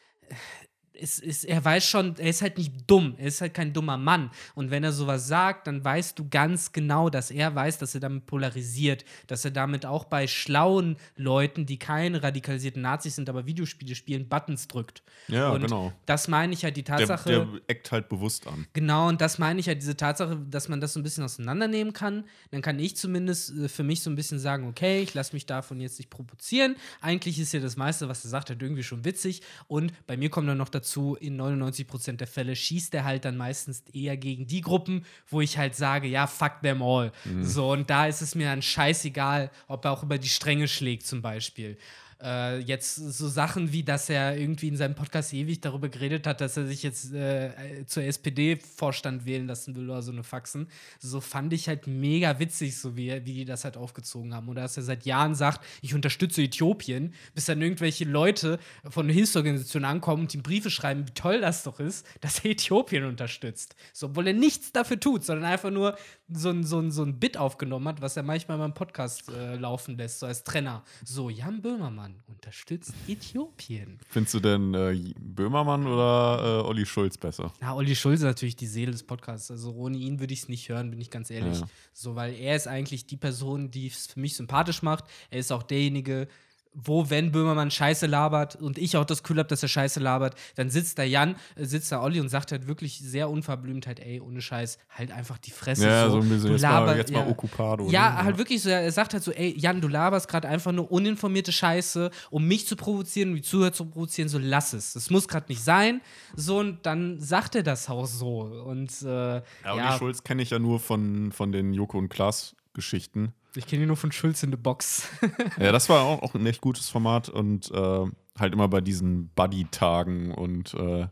Es ist, er weiß schon, er ist halt nicht dumm, er ist halt kein dummer Mann. Und wenn er sowas sagt, dann weißt du ganz genau, dass er weiß, dass er damit polarisiert, dass er damit auch bei schlauen Leuten, die keine radikalisierten Nazis sind, aber Videospiele spielen, Buttons drückt. Ja, und genau. Das meine ich halt, die Tatsache. Der, der eckt halt bewusst an. Genau, und das meine ich halt, diese Tatsache, dass man das so ein bisschen auseinandernehmen kann. Dann kann ich zumindest äh, für mich so ein bisschen sagen, okay, ich lasse mich davon jetzt nicht provozieren. Eigentlich ist ja das meiste, was er sagt, halt irgendwie schon witzig. Und bei mir kommt dann noch dazu, in neunundneunzig Prozent der Fälle schießt er halt dann meistens eher gegen die Gruppen, wo ich halt sage, ja, fuck them all. Mhm. So, und da ist es mir dann scheißegal, ob er auch über die Stränge schlägt zum Beispiel. Äh, jetzt so Sachen wie, dass er irgendwie in seinem Podcast ewig darüber geredet hat, dass er sich jetzt äh, zur S P D-Vorstand wählen lassen will oder so eine Faxen. So fand ich halt mega witzig, so wie, wie die das halt aufgezogen haben. Oder dass er seit Jahren sagt, ich unterstütze Äthiopien, bis dann irgendwelche Leute von Hilfsorganisationen ankommen und ihm Briefe schreiben, wie toll das doch ist, dass er Äthiopien unterstützt. So, obwohl er nichts dafür tut, sondern einfach nur so ein, so ein, so ein Bit aufgenommen hat, was er manchmal beim Podcast äh, laufen lässt, so als Trenner. So, Jan Böhmermann unterstützt Äthiopien. Findest du denn äh, Böhmermann oder äh, Olli Schulz besser? Ja, Olli Schulz ist natürlich die Seele des Podcasts. Also ohne ihn würde ich es nicht hören, bin ich ganz ehrlich. Ja. So, weil er ist eigentlich die Person, die es für mich sympathisch macht. Er ist auch derjenige, wo, wenn Böhmermann Scheiße labert und ich auch das Gefühl habe, dass er Scheiße labert, dann sitzt da Jan, äh, sitzt da Olli und sagt halt wirklich sehr unverblümt halt, ey, ohne Scheiß, halt einfach die Fresse. Ja, so, so ein bisschen, du jetzt, laber, mal, jetzt ja, mal Occupado. Ja, ne? halt wirklich so, er sagt halt so, ey, Jan, du laberst gerade einfach nur uninformierte Scheiße, um mich zu provozieren, um die Zuhörer zu provozieren, so lass es. Das muss gerade nicht sein. So, und dann sagt er das auch so. Und äh, ja, Olli ja, Schulz kenne ich ja nur von, von den Joko und Klaas Geschichten. Ich kenne ihn nur von Schulz in the Box. Ja, das war auch, auch ein echt gutes Format und äh, halt immer bei diesen Buddy-Tagen und äh,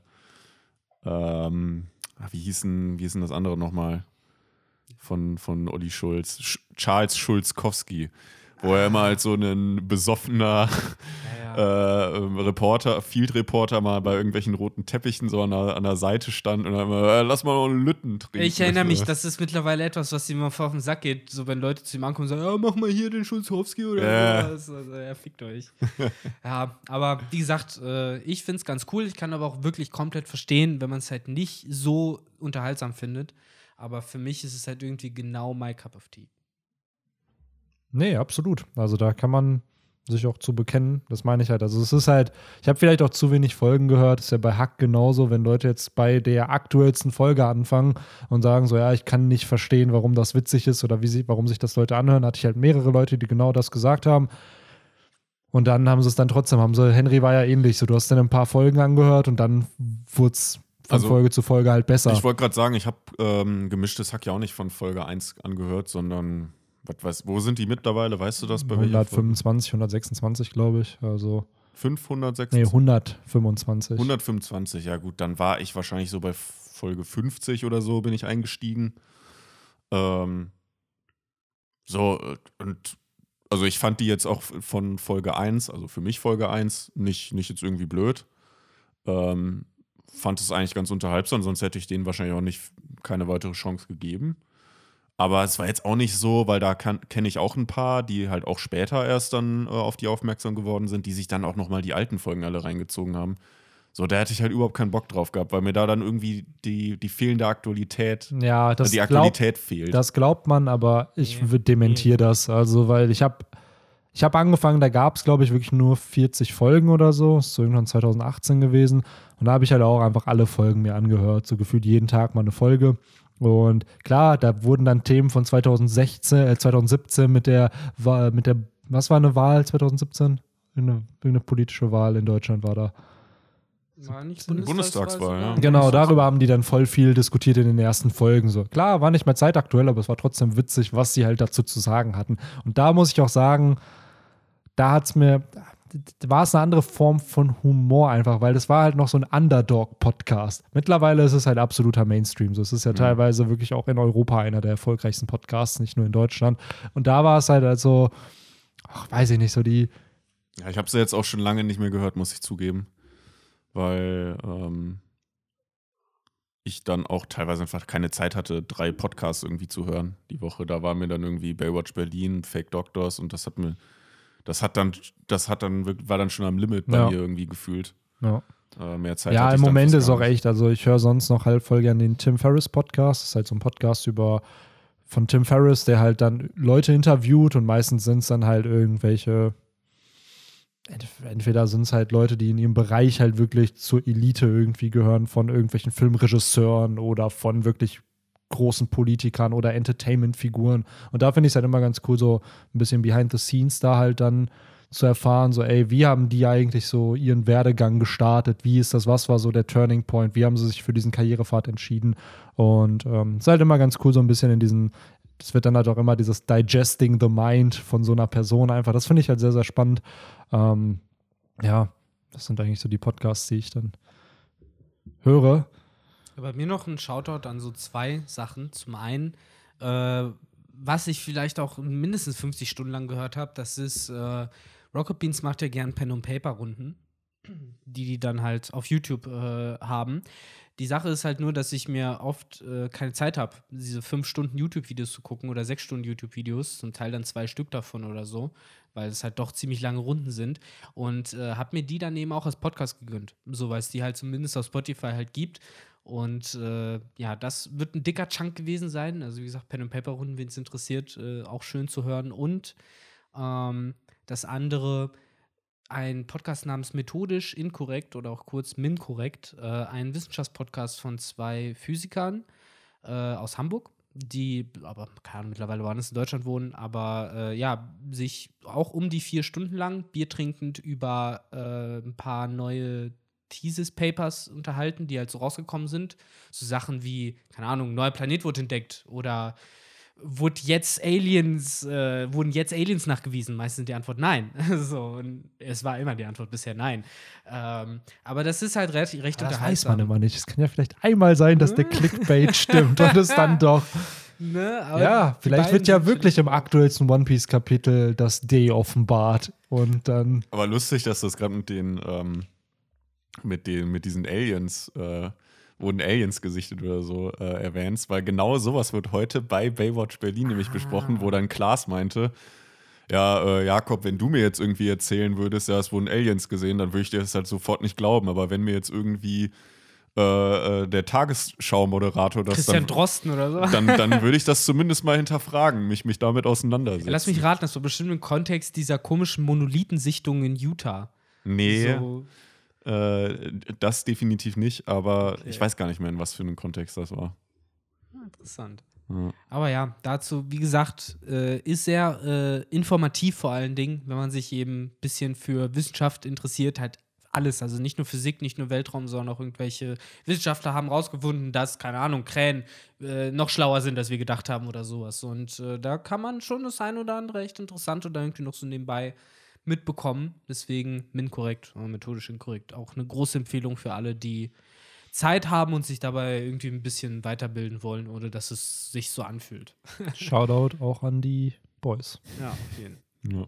ähm, wie hießen, wie hießen das andere nochmal von, von Olli Schulz? Sch Charles Schulzkowski, wo er immer als so ein besoffener ja, ja. äh, Reporter, Field-Reporter mal bei irgendwelchen roten Teppichen so an der, an der Seite stand und dann immer, äh, lass mal noch einen Lütten trinken. Ich erinnere mich, das ist mittlerweile etwas, was ihm auf den Sack geht, so wenn Leute zu ihm ankommen und sagen, ja, mach mal hier den Schulzkowski oder ja. sowas. Also, ja, fickt euch. Ja, aber wie gesagt, äh, ich finde es ganz cool. Ich kann aber auch wirklich komplett verstehen, wenn man es halt nicht so unterhaltsam findet. Aber für mich ist es halt irgendwie genau my cup of tea. Nee, absolut. Also da kann man sich auch zu bekennen, das meine ich halt. Also es ist halt, ich habe vielleicht auch zu wenig Folgen gehört, ist ja bei Hack genauso, wenn Leute jetzt bei der aktuellsten Folge anfangen und sagen so, ja, ich kann nicht verstehen, warum das witzig ist oder wie sie, warum sich das Leute anhören, hatte ich halt mehrere Leute, die genau das gesagt haben. Und dann haben sie es dann trotzdem, haben sie, Henry war ja ähnlich, so du hast dann ein paar Folgen angehört und dann wurde es von Also, Folge zu Folge halt besser. Ich wollte gerade sagen, ich habe ähm, gemischtes Hack ja auch nicht von Folge eins angehört, sondern was weiß, wo sind die mittlerweile? Weißt du das? Bei welcher Folge? hundertfünfundzwanzig, hundertsechsundzwanzig, glaube ich. Also fünfhundertsechsundzwanzig? Nee, hundertfünfundzwanzig. hundertfünfundzwanzig, ja gut, dann war ich wahrscheinlich so bei Folge fünfzig oder so bin ich eingestiegen. Ähm, so, und also ich fand die jetzt auch von Folge eins, also für mich Folge eins, nicht, nicht jetzt irgendwie blöd. Ähm, fand es eigentlich ganz unterhaltsam, sonst hätte ich denen wahrscheinlich auch nicht keine weitere Chance gegeben. Aber es war jetzt auch nicht so, weil da kenne ich auch ein paar, die halt auch später erst dann äh, auf die aufmerksam geworden sind, die sich dann auch nochmal die alten Folgen alle reingezogen haben. So, da hätte ich halt überhaupt keinen Bock drauf gehabt, weil mir da dann irgendwie die, die fehlende Aktualität, Ja, das die Aktualität glaubt, fehlt. Das glaubt man, aber ich Nee, dementiere nee. das. Also, weil ich habe ich hab angefangen, da gab es, glaube ich, wirklich nur vierzig Folgen oder so. Das ist so irgendwann zwanzig achtzehn gewesen. Und da habe ich halt auch einfach alle Folgen mir angehört. So gefühlt jeden Tag mal eine Folge. Und klar, da wurden dann Themen von zwanzig sechzehn, äh, zwanzig siebzehn mit der, mit der, was war eine Wahl zwanzig siebzehn? Irgendeine, irgendeine politische Wahl in Deutschland war da. War nicht Bundestagswahl, ja. Genau, darüber haben die dann voll viel diskutiert in den ersten Folgen. So. Klar, war nicht mehr zeitaktuell, aber es war trotzdem witzig, was sie halt dazu zu sagen hatten. Und da muss ich auch sagen, da hat's mir, da war es eine andere Form von Humor einfach, weil das war halt noch so ein Underdog-Podcast. Mittlerweile ist es halt absoluter Mainstream. So, es ist ja Mhm. teilweise wirklich auch in Europa einer der erfolgreichsten Podcasts, nicht nur in Deutschland. Und da war es halt also, ach, weiß ich nicht, so die. Ja, ich habe sie jetzt auch schon lange nicht mehr gehört, muss ich zugeben. Weil ähm, ich dann auch teilweise einfach keine Zeit hatte, drei Podcasts irgendwie zu hören die Woche. Da war mir dann irgendwie Baywatch Berlin, Fake Doctors und das hat mir, das hat dann, das hat dann, wirk- war dann schon am Limit bei Ja. mir irgendwie gefühlt. Ja. Äh, mehr Zeit Ja, hatte im ich dann Moment fast ist gar auch nicht. echt, also ich höre sonst noch halt voll gerne den Tim Ferriss Podcast. Das ist halt so ein Podcast über von Tim Ferriss, der halt dann Leute interviewt und meistens sind es dann halt irgendwelche, ent- entweder sind es halt Leute, die in ihrem Bereich halt wirklich zur Elite irgendwie gehören, von irgendwelchen Filmregisseuren oder von wirklich großen Politikern oder Entertainment-Figuren. Und da finde ich es halt immer ganz cool, so ein bisschen behind the scenes da halt dann zu erfahren, so ey, wie haben die eigentlich so ihren Werdegang gestartet? Wie ist das, was war so der Turning Point? Wie haben sie sich für diesen Karrierepfad entschieden? Und ähm, es ist halt immer ganz cool, so ein bisschen in diesen, das wird dann halt auch immer dieses Digesting the Mind von so einer Person einfach. Das finde ich halt sehr, sehr spannend. Ähm, ja, das sind eigentlich so die Podcasts, die ich dann höre. Bei mir noch ein Shoutout an so zwei Sachen. Zum einen, äh, was ich vielleicht auch mindestens fünfzig Stunden lang gehört habe, das ist, äh, Rocket Beans macht ja gern Pen-and-Paper-Runden, die die dann halt auf YouTube äh, haben. Die Sache ist halt nur, dass ich mir oft äh, keine Zeit habe, diese fünf Stunden YouTube-Videos zu gucken oder sechs Stunden YouTube-Videos, zum Teil dann zwei Stück davon oder so, weil es halt doch ziemlich lange Runden sind. Und äh, habe mir die dann eben auch als Podcast gegönnt, so weil es die halt zumindest auf Spotify halt gibt. Und äh, ja, das wird ein dicker Chunk gewesen sein. Also wie gesagt, Pen-and-Paper-Runden, wen es interessiert, äh, auch schön zu hören. Und ähm, das andere, ein Podcast namens Methodisch Inkorrekt oder auch kurz MINkorrekt, äh, ein Wissenschaftspodcast von zwei Physikern äh, aus Hamburg, die, aber keine Ahnung, mittlerweile woanders in Deutschland wohnen, aber äh, ja, sich auch um die vier Stunden lang Bier trinkend über äh, ein paar neue Thesis-Papers unterhalten, die halt so rausgekommen sind. So Sachen wie, keine Ahnung, ein neuer Planet wurde entdeckt oder wurde jetzt Aliens, äh, wurden jetzt Aliens nachgewiesen? Meistens sind die Antwort nein. so, und es war immer die Antwort bisher nein. Ähm, aber das ist halt recht, recht Das weiß unterhaltsam. man immer nicht. Es kann ja vielleicht einmal sein, dass der Clickbait stimmt und es dann doch. Ne? Aber Ja, die vielleicht beiden wird ja sind wirklich schon- im aktuellsten One Piece-Kapitel das D offenbart. Und dann. Aber lustig, dass du das gerade mit den, ähm, mit den, mit diesen Aliens, äh, wurden Aliens gesichtet oder so äh, erwähnst, weil genau sowas wird heute bei Baywatch Berlin nämlich Ah. besprochen, wo dann Klaas meinte, ja, äh, Jakob, wenn du mir jetzt irgendwie erzählen würdest, ja, es wurden Aliens gesehen, dann würde ich dir das halt sofort nicht glauben, aber wenn mir jetzt irgendwie äh, äh, der Tagesschau-Moderator das Christian dann, Drosten oder so. dann, dann würde ich das zumindest mal hinterfragen, mich, mich damit auseinandersetzen. Ja, lass mich raten, das war bestimmt im Kontext dieser komischen Monolithensichtung in Utah. Nee, So, Äh, das definitiv nicht, aber Okay. ich weiß gar nicht mehr, in was für einem Kontext das war. ah, interessant. Ja. Aber ja, dazu, wie gesagt, äh, ist sehr äh, informativ vor allen Dingen, wenn man sich eben ein bisschen für Wissenschaft interessiert, halt alles, also nicht nur Physik, nicht nur Weltraum, sondern auch irgendwelche Wissenschaftler haben rausgefunden, dass, keine Ahnung, Krähen äh, noch schlauer sind, als wir gedacht haben oder sowas. Und äh, da kann man schon das ein oder andere echt interessant oder irgendwie noch so nebenbei mitbekommen. Deswegen MINT-korrekt, äh, methodisch inkorrekt. Auch eine große Empfehlung für alle, die Zeit haben und sich dabei irgendwie ein bisschen weiterbilden wollen, ohne dass es sich so anfühlt. Shoutout auch an die Boys. Ja, auf jeden Ja.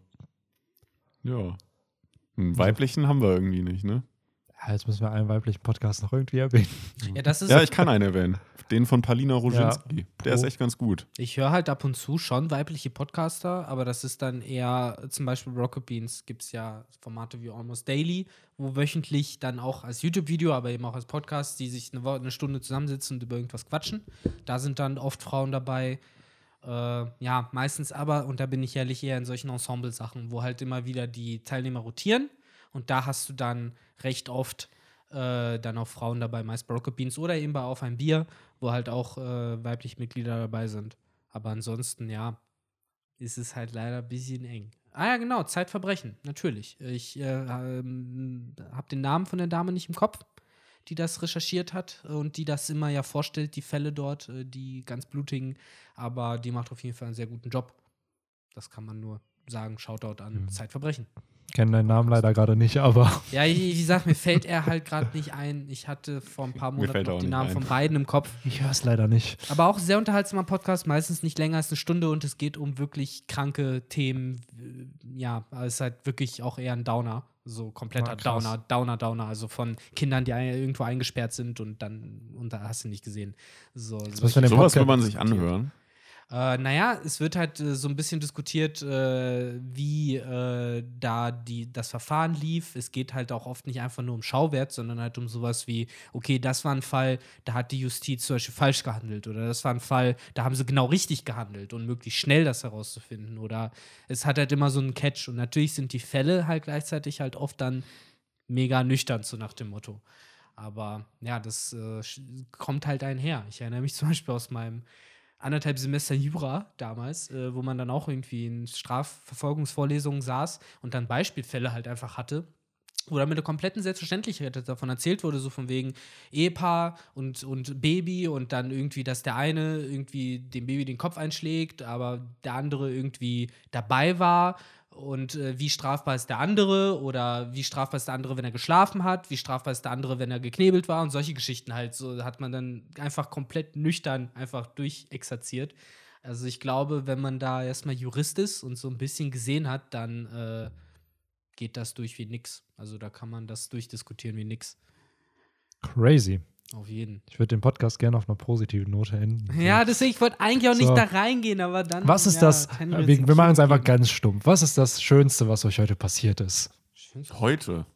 Ja. Einen weiblichen haben wir irgendwie nicht, ne? Ja, jetzt müssen wir einen weiblichen Podcast noch irgendwie erwähnen. Ja, das ist Ja, ich kann einen erwähnen. Den von Palina Roginski. Ja. Der ist echt ganz gut. Ich höre halt ab und zu schon weibliche Podcaster, aber das ist dann eher, zum Beispiel Rocket Beans gibt es ja Formate wie Almost Daily, wo wöchentlich dann auch als YouTube-Video, aber eben auch als Podcast, die sich eine, Wo- eine Stunde zusammensitzen und über irgendwas quatschen. Da sind dann oft Frauen dabei. Äh, ja, meistens aber, und da bin ich ehrlich eher in solchen Ensemble-Sachen, wo halt immer wieder die Teilnehmer rotieren und da hast du dann recht oft äh, dann auch Frauen dabei, meist bei Rocket Beans oder eben bei Auf ein Bier, wo halt auch äh, weibliche Mitglieder dabei sind. Aber ansonsten, ja, ist es halt leider ein bisschen eng. Ah ja, genau, Zeitverbrechen, natürlich. Ich äh, ähm, habe den Namen von der Dame nicht im Kopf, die das recherchiert hat und die das immer ja vorstellt, die Fälle dort, äh, die ganz blutigen, aber die macht auf jeden Fall einen sehr guten Job. Das kann man nur sagen, Shoutout an Mhm. Zeitverbrechen. Ich kenne deinen Namen leider gerade nicht, aber Ja, wie wie gesagt, mir fällt er halt gerade nicht ein. Ich hatte vor ein paar Mir Monaten fällt er noch auch die nicht Namen ein. von beiden im Kopf. ich höre es leider nicht. Aber auch sehr unterhaltsamer Podcast, meistens nicht länger als eine Stunde und es geht um wirklich kranke Themen. Ja, es ist halt wirklich auch eher ein Downer. So kompletter Ah, krass. Downer, Downer, Downer. Also von Kindern, die ein- irgendwo eingesperrt sind und dann, und da hast du nicht gesehen. So, müssen wir solche- den Sowas will Podcast man sich anhören. äh, naja, es wird halt äh, so ein bisschen diskutiert, äh, wie äh, da die, das Verfahren lief. Es geht halt auch oft nicht einfach nur um Schauwert, sondern halt um sowas wie, okay, das war ein Fall, da hat die Justiz zum Beispiel falsch gehandelt. Oder das war ein Fall, da haben sie genau richtig gehandelt und möglichst schnell das herauszufinden. Oder es hat halt immer so einen Catch. Und natürlich sind die Fälle halt gleichzeitig halt oft dann mega nüchtern, so nach dem Motto. Aber ja, das äh, sch- kommt halt einher. Ich erinnere mich zum Beispiel aus meinem anderthalb Semester Jura damals, äh, wo man dann auch irgendwie in Strafverfolgungsvorlesungen saß und dann Beispielfälle halt einfach hatte, wo dann mit der kompletten Selbstverständlichkeit davon erzählt wurde, so von wegen Ehepaar und, und Baby und dann irgendwie, dass der eine irgendwie dem Baby den Kopf einschlägt, aber der andere irgendwie dabei war und äh, wie strafbar ist der andere oder wie strafbar ist der andere, wenn er geschlafen hat, wie strafbar ist der andere, wenn er geknebelt war und solche Geschichten halt. So hat man dann einfach komplett nüchtern einfach durchexerziert. Also ich glaube, wenn man da erstmal Jurist ist und so ein bisschen gesehen hat, dann äh, geht das durch wie nix. Also da kann man das durchdiskutieren wie nix. Crazy. Auf jeden. Ich würde den Podcast gerne auf einer positiven Note enden. Ja, deswegen, ich wollte eigentlich auch nicht So. da reingehen, aber dann. Was ist ja, das? kann Wir, ich mir jetzt wir machen es nicht einfach geben. ganz stumpf. Was ist das Schönste, was euch heute passiert ist? Heute.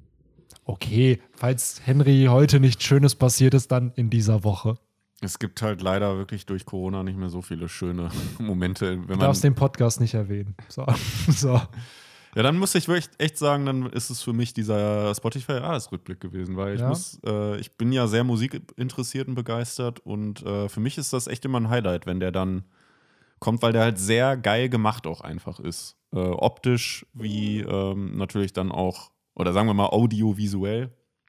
Okay, falls Henry heute nichts Schönes passiert ist, dann in dieser Woche. Es gibt halt leider wirklich durch Corona nicht mehr so viele schöne Momente. Wenn Du man, darfst den Podcast nicht erwähnen. So. so. ja, dann muss ich wirklich echt sagen, dann ist es für mich dieser Spotify-Jahresrückblick gewesen, weil ich Ja. muss, äh, ich bin ja sehr musikinteressiert und begeistert und äh, für mich ist das echt immer ein Highlight, wenn der dann kommt, weil der halt sehr geil gemacht auch einfach ist. Äh, optisch wie ähm, natürlich dann auch, oder sagen wir mal audiovisuell.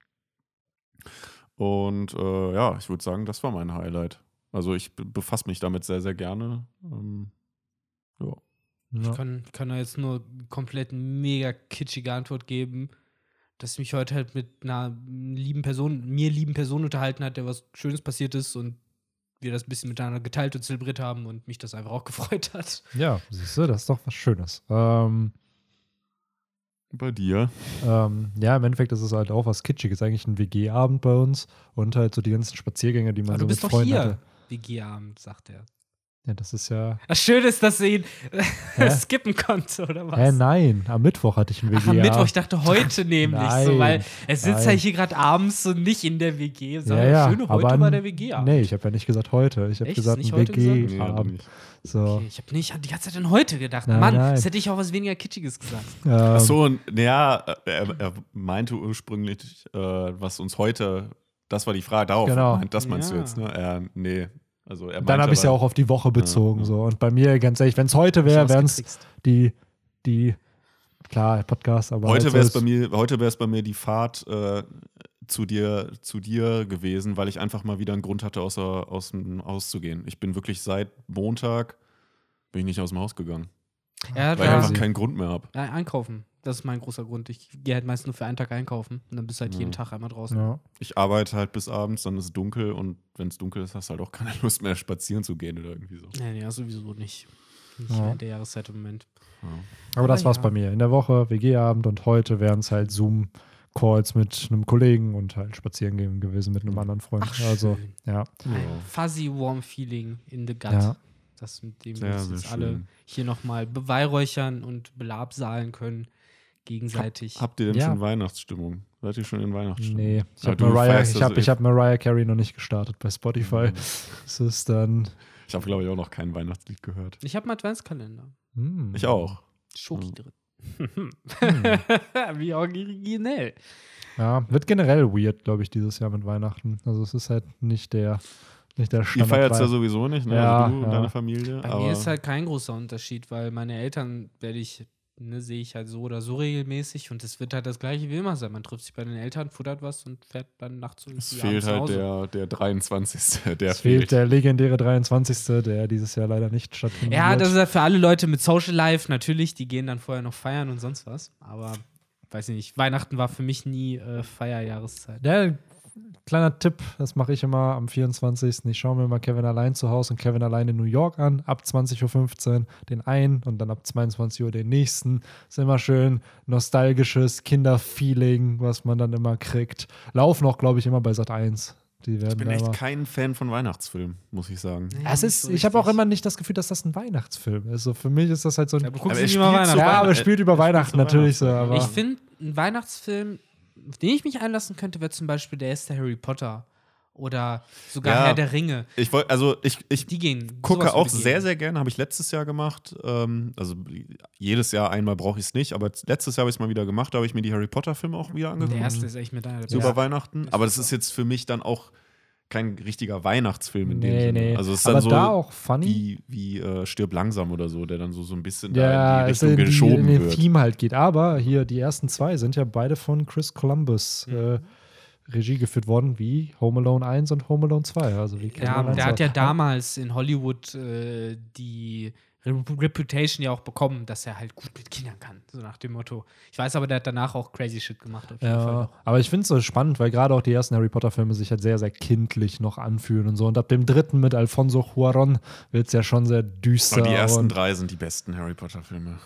Und äh, ja, ich würde sagen, das war mein Highlight. Also ich be- befasse mich damit sehr, sehr gerne. Ähm, ja. Ich Ja. kann, kann da jetzt nur komplett mega kitschige Antwort geben, dass mich heute halt mit einer lieben Person, mir lieben Person unterhalten hat, der was Schönes passiert ist und wir das ein bisschen miteinander geteilt und zelebriert haben und mich das einfach auch gefreut hat. Ja, siehst du, das ist doch was Schönes. Ähm, Bei dir? ähm, ja, im Endeffekt ist es halt auch was Kitschiges. Eigentlich ein W G-Abend bei uns und halt so die ganzen Spaziergänge, die man Aber so du bist mit doch Freunden hier, hatte. W G-Abend, sagt er. Ja, das ist ja. Das Schöne ist, dass sie ihn Hä? skippen konnte, oder was? Hä, nein, am Mittwoch hatte ich ein W G-Abend. Ach, am Mittwoch, ich dachte heute nämlich so, Nein, weil er sitzt ja nein. hier gerade abends so nicht in der W G, Ja, sondern ja, schöne heute aber war an- der W G-Abend. Nee, ich habe ja nicht gesagt heute. Ich habe Echt? gesagt Nicht ein heute gesagt? Nee, hat er W G-Abend. nicht. So. Okay, ich habe nicht, ich hab die ganze Zeit an heute gedacht. Nein, Mann, nein. das hätte ich auch was weniger Kitschiges gesagt. Ähm, Ach so, und ja, er, er meinte ursprünglich, äh, was uns heute, das war die Frage, darauf Genau. meint, das meinst Ja. du jetzt, ne? Er, nee, also er Dann meinte habe ich es ja aber- auch auf die Woche bezogen. ja. So. Und bei mir, ganz ehrlich, wenn es heute wäre, wären es Ausgetrickst. die, die, klar, Podcast, aber. Heute halt so wäre es ist- bei mir, heute wäre es bei mir die Fahrt äh, zu dir, zu dir gewesen, weil ich einfach mal wieder einen Grund hatte, aus, der- aus dem Haus zu gehen. Ich bin wirklich seit Montag bin ich nicht aus dem Haus gegangen, Ja, weil ich da, einfach keinen Grund mehr habe. ja, einkaufen. Das ist mein großer Grund. Ich gehe halt meist nur für einen Tag einkaufen und dann bist du halt Ja. jeden Tag einmal draußen. Ja. Ich arbeite halt bis abends, dann ist es dunkel und wenn es dunkel ist, hast du halt auch keine Lust mehr, spazieren zu gehen oder irgendwie so. Nee, nee, sowieso nicht. Nicht Ja. während der Jahreszeit im Moment. Ja. Aber das Aber war's ja. bei mir. In der Woche W G-Abend und heute wären es halt Zoom-Calls mit einem Kollegen und halt spazieren gehen gewesen mit einem anderen Freund. Ach, also, schön. ja. Ein Ja. fuzzy warm feeling in the gut. Ja. Das, mit dem wir Sehr, uns sehr jetzt alle schön. hier nochmal beweihräuchern und belabsalen können. Gegenseitig. Habt ihr denn Ja. schon Weihnachtsstimmung? Seid ihr schon in Weihnachtsstimmung? Nee, ich Ja, habe du Mariah, feierst ich das hab, ich eh. hab Mariah Carey noch nicht gestartet bei Spotify. Mhm. Es ist dann. Ich habe, glaube ich, auch noch kein Weihnachtslied gehört. Ich habe einen Adventskalender. Hm. Ich auch. Schoki Mhm. drin. Wie originell. Ja, wird generell weird, glaube ich, dieses Jahr mit Weihnachten. Also es ist halt nicht der, nicht der Ihr Standard. feiert es ja sowieso nicht, ne? Ja, also du und ja. deine Familie. Bei aber mir ist halt kein großer Unterschied, weil meine Eltern werde ich, ne, sehe ich halt so oder so regelmäßig und es wird halt das gleiche wie immer sein. Man trifft sich bei den Eltern, futtert was und fährt dann nachts es irgendwie fehlt abends nach halt Hause. der, der dreiundzwanzigste Der Es fehlt fehlt. der legendäre dreiundzwanzigste, der dieses Jahr leider nicht stattfindet. Ja, wird. das ist ja für alle Leute mit Social Life natürlich, die gehen dann vorher noch feiern und sonst was. Aber weiß ich nicht, Weihnachten war für mich nie äh, Feierjahreszeit. Ja, kleiner Tipp, das mache ich immer am vierundzwanzigsten Ich schaue mir mal Kevin allein zu Hause und Kevin allein in New York an, ab zwanzig Uhr fünfzehn den einen und dann ab zweiundzwanzig Uhr den nächsten. Ist immer schön nostalgisches Kinderfeeling, was man dann immer kriegt. Laufen auch, glaube ich, immer bei Sat eins. Die werden Ich bin da echt immer kein Fan von Weihnachtsfilmen, muss ich sagen. Nee, es nicht ist, so ich habe auch richtig. immer nicht das Gefühl, dass das ein Weihnachtsfilm ist. So, für mich ist das halt so ein. Ja, aber guckst Aber du er nicht mal spielt Weihnachten. so ja, Weihnachten- aber es spielt über er spielt Weihnachten so natürlich so. Weihnachten. Aber Ich finde, ein Weihnachtsfilm, auf den ich mich einlassen könnte, wäre zum Beispiel der erste Harry Potter. Oder sogar Ja. Herr der Ringe. Ich wollte, also ich, ich Die gehen. gucke sowas auch würde sehr, gehen. sehr gerne, habe ich letztes Jahr gemacht. Ähm, also jedes Jahr einmal brauche ich es nicht, aber letztes Jahr habe ich es mal wieder gemacht, da habe ich mir die Harry Potter-Filme auch wieder angeguckt. Der erste ist echt mit einer der so besten. über Weihnachten. Ist Aber das super. ist jetzt für mich dann auch kein richtiger Weihnachtsfilm in dem nee, Sinne. nee. Also es ist aber dann so da auch funny. wie, wie äh, Stirb langsam oder so, der dann so, so ein bisschen Ja, da in die es Richtung in, die, geschoben in den wird. Theme halt geht. Aber hier die ersten zwei sind ja beide von Chris Columbus Mhm. äh, Regie geführt worden, wie Home Alone eins und Home Alone zwei. Also wie kennt Ja, man das der hat auch? ja damals in Hollywood äh, die Re- Reputation ja auch bekommen, dass er halt gut mit Kindern kann. So nach dem Motto. Ich weiß aber, der hat danach auch crazy shit gemacht. Auf jeden Fall Ja, noch. aber ich finde es so spannend, weil gerade auch die ersten Harry Potter-Filme sich halt sehr, sehr kindlich noch anfühlen und so. Und ab dem dritten mit Alfonso Cuarón wird es ja schon sehr düster. Aber die ersten und, drei sind die besten Harry Potter-Filme.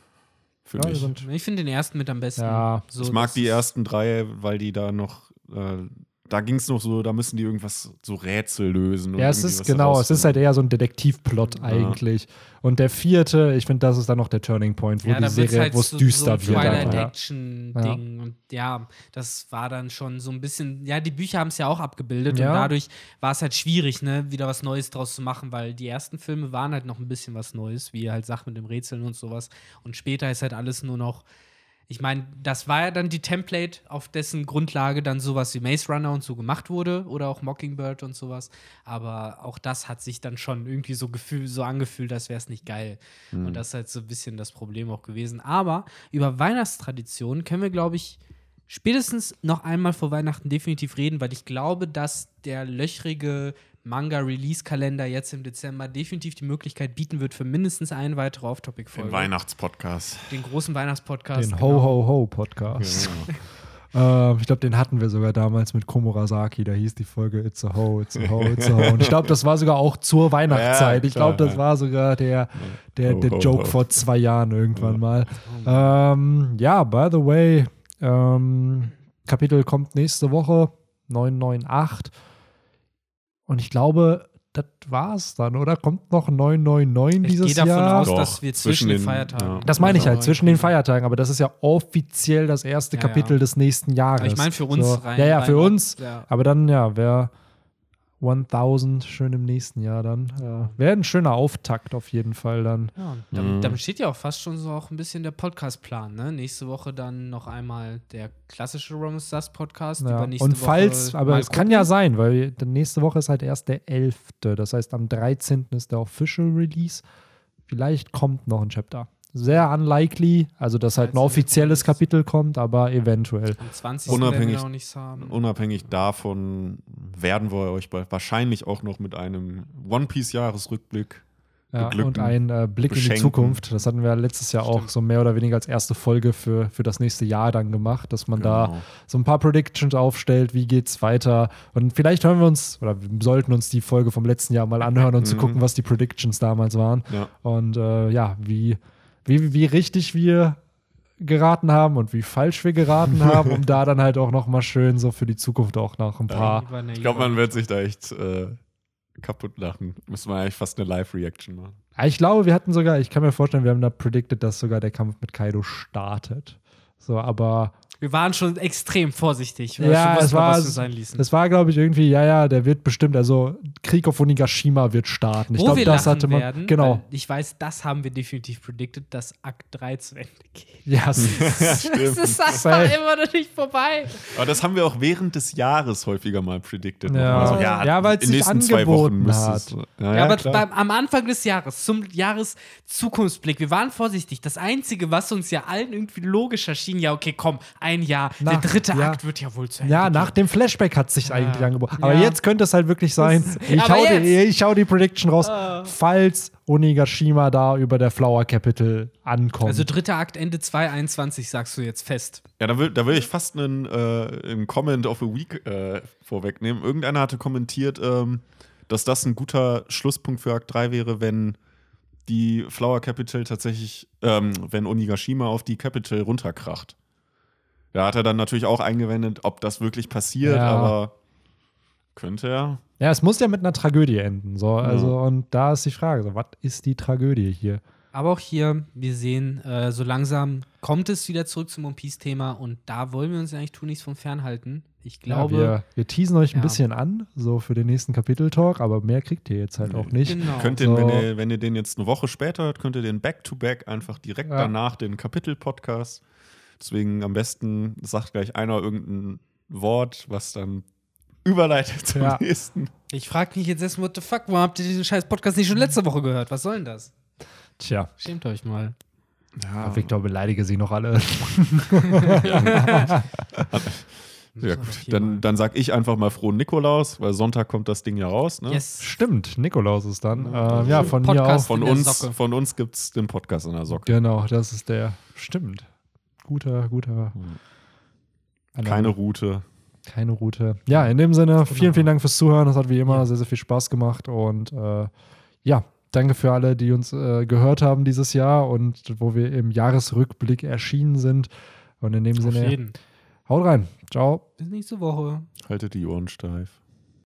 Für ja, die mich. sind, Ich finde den ersten mit am besten. Ja. So, ich mag das die ist- ersten drei, weil die da noch, äh, da ging es noch so, da müssen die irgendwas so Rätsel lösen. und ja, es irgendwie ist was genau, es ist halt herausfinden. eher so ein Detektivplot Ja. eigentlich. Und der vierte, ich finde, das ist dann noch der Turning Point, wo Ja, die da wird's Serie, halt wo es so, düster so wird. ein einfach, ja. Twilight-Action-Ding. Und ja, das war dann schon so ein bisschen, ja, die Bücher haben es ja auch abgebildet Ja. und dadurch war es halt schwierig, ne, wieder was Neues draus zu machen, weil die ersten Filme waren halt noch ein bisschen was Neues, wie halt Sachen mit dem Rätseln und sowas. Und später ist halt alles nur noch. Ich meine, das war ja dann die Template, auf dessen Grundlage dann sowas wie Maze Runner und so gemacht wurde oder auch Mockingbird und sowas. Aber auch das hat sich dann schon irgendwie so, gefühl, so angefühlt, als wäre es nicht geil. Mhm. Und das ist halt so ein bisschen das Problem auch gewesen. Aber über Weihnachtstraditionen können wir, glaube ich, spätestens noch einmal vor Weihnachten definitiv reden, weil ich glaube, dass der löchrige Manga-Release-Kalender jetzt im Dezember definitiv die Möglichkeit bieten wird für mindestens eine weitere Off-Topic-Folge. Den Weihnachtspodcast. Den großen Weihnachtspodcast. Den genau. Ho-Ho-Ho-Podcast. Genau. Ähm, ich glaube, den hatten wir sogar damals mit Komurasaki. Da hieß die Folge It's a Ho, It's a Ho, It's a Ho. Und ich glaube, das war sogar auch zur Weihnachtszeit. Ja, ich glaube, klar, das ja. war sogar der, der, Ho, der ho, Joke ho. vor zwei Jahren irgendwann mal. Ähm, ja, by the way, ähm, Kapitel kommt nächste Woche, neun neun acht. Und ich glaube, das war's dann, oder? Kommt noch neun neun neun Ich dieses gehe davon Jahr? aus, Doch, dass wir zwischen zwischen den den- Feiertagen. ja. Das meine ich halt, Also, zwischen den Feiertagen, aber das ist ja offiziell das erste Ja, Kapitel ja. des nächsten Jahres. Aber ich meine für uns so. rein. Ja, ja, rein für ob- uns. Ja. Aber dann, ja, wäre tausend schön im nächsten Jahr dann. Äh, wäre ein schöner Auftakt auf jeden Fall dann. Ja, und damit, Mhm. damit steht ja auch fast schon so auch ein bisschen der Podcast-Plan. Ne? Nächste Woche dann noch einmal der klassische Romans Dust Podcast. Ja. Übernächste Und falls, Woche aber mal es kann gucken. ja sein, weil die nächste Woche ist halt erst der elfte Das heißt, am dreizehnten ist der Official Release. Vielleicht kommt noch ein Chapter. Sehr unlikely, also dass halt ein dreizehnten offizielles ist- Kapitel kommt, aber eventuell. Am zwanzigsten werden Unabhängig- wir noch nichts haben. Unabhängig davon werden wir euch bald wahrscheinlich auch noch mit einem One-Piece-Jahresrückblick Ja, beglückten, und ein äh, Blick in die beschenkten. Zukunft. Das hatten wir letztes Jahr auch Stimmt. so mehr oder weniger als erste Folge für, für das nächste Jahr dann gemacht, dass man da Genau. so ein paar Predictions aufstellt, wie geht's weiter. Und vielleicht hören wir uns, oder wir sollten uns die Folge vom letzten Jahr mal anhören und zu Mhm. gucken, was die Predictions damals waren. Ja. Und äh, ja, wie, wie, wie richtig wir geraten haben und wie falsch wir geraten haben, um da dann halt auch nochmal schön so für die Zukunft auch noch ein paar. Ich glaube, man wird sich da echt äh, kaputt lachen. Müssen wir eigentlich fast eine Live-Reaction machen. Ja, ich glaube, wir hatten sogar, ich kann mir vorstellen, wir haben da predicted, dass sogar der Kampf mit Kaido startet. So, aber Wir waren schon extrem vorsichtig. Ja, Wir schon wussten, es war- was wir sein ließen. das war, glaube ich, irgendwie, ja, ja, der wird bestimmt, also Krieg auf Onigashima wird starten. Ich Wo glaube, wir das lachen hatte man. werden, Genau. weil ich weiß, das haben wir definitiv predicted, dass Akt drei zu Ende geht. Ja, es- Es ist einfach Safe. immer noch nicht vorbei. Aber das haben wir auch während des Jahres häufiger mal predicted. Ja. Also, Ja, weil es in den sich nächsten zwei Wochen angeboten müsste hat. es. Ja, Ja, ja, aber klar. beim, am Anfang des Jahres, zum Jahreszukunftsblick, wir waren vorsichtig. Das Einzige, was uns ja allen irgendwie logisch erschien, ja, okay, komm, ein Jahr, Nach- der dritte ja. Akt wird ja wohl zu Ende ja, gehen. nach dem Flashback hat es sich eigentlich angeboten. Aber Ja. jetzt könnte es halt wirklich sein, Das- ich aber hau, die, jetzt- ich hau die Prediction raus, Ah. falls Onigashima da über der Flower Capital ankommt. Also dritter Akt, Ende zwanzig einundzwanzig, sagst du jetzt fest. Ja, da will, da will ich fast einen, äh, einen Comment of the Week äh, vorwegnehmen. Irgendeiner hatte kommentiert, ähm, dass das ein guter Schlusspunkt für Akt drei wäre, wenn die Flower Capital tatsächlich, ähm, wenn Onigashima auf die Capital runterkracht. Da hat er dann natürlich auch eingewendet, ob das wirklich passiert, Ja. aber könnte er. ja, es muss ja mit einer Tragödie enden. So. Also, und da ist die Frage, so, was ist die Tragödie hier? Aber auch hier, wir sehen, äh, so langsam kommt es wieder zurück zum One Piece-Thema und da wollen wir uns ja eigentlich tunlichst von fernhalten. Ich glaube, ja, wir, wir teasen euch ein Ja. bisschen an, so für den nächsten Kapitel-Talk, aber mehr kriegt ihr jetzt halt auch nicht. genau. Könnt ihr, So. wenn, ihr, wenn ihr den jetzt eine Woche später hört, könnt ihr den Back-to-Back einfach direkt Ja. danach den Kapitel-Podcast. Deswegen am besten sagt gleich einer irgendein Wort, was dann überleitet zum Ja. nächsten. Ich frage mich jetzt erstmal, what the fuck, warum habt ihr diesen scheiß Podcast nicht schon letzte Woche gehört? Was soll denn das? Tja, Schämt euch mal. Ja, Victor beleidige sie noch alle. ja gut. Dann, dann sag ich einfach mal frohen Nikolaus, weil Sonntag kommt das Ding ja raus. Ne? Yes. Stimmt, Nikolaus ist dann. Ja. Ähm, ja, von mir Podcast. auch. Von In der uns, Socke. von uns gibt es den Podcast in der Socke. Genau, das ist der. Stimmt. Guter, guter. Keine Route. Keine Route. Ja, in dem Sinne, vielen, vielen Dank fürs Zuhören. Das hat wie immer sehr, sehr viel Spaß gemacht. Und äh, ja, danke für alle, die uns äh, gehört haben dieses Jahr und wo wir im Jahresrückblick erschienen sind. Und in dem Auf Sinne, jeden. haut rein. Ciao. Bis nächste Woche. Haltet die Ohren steif.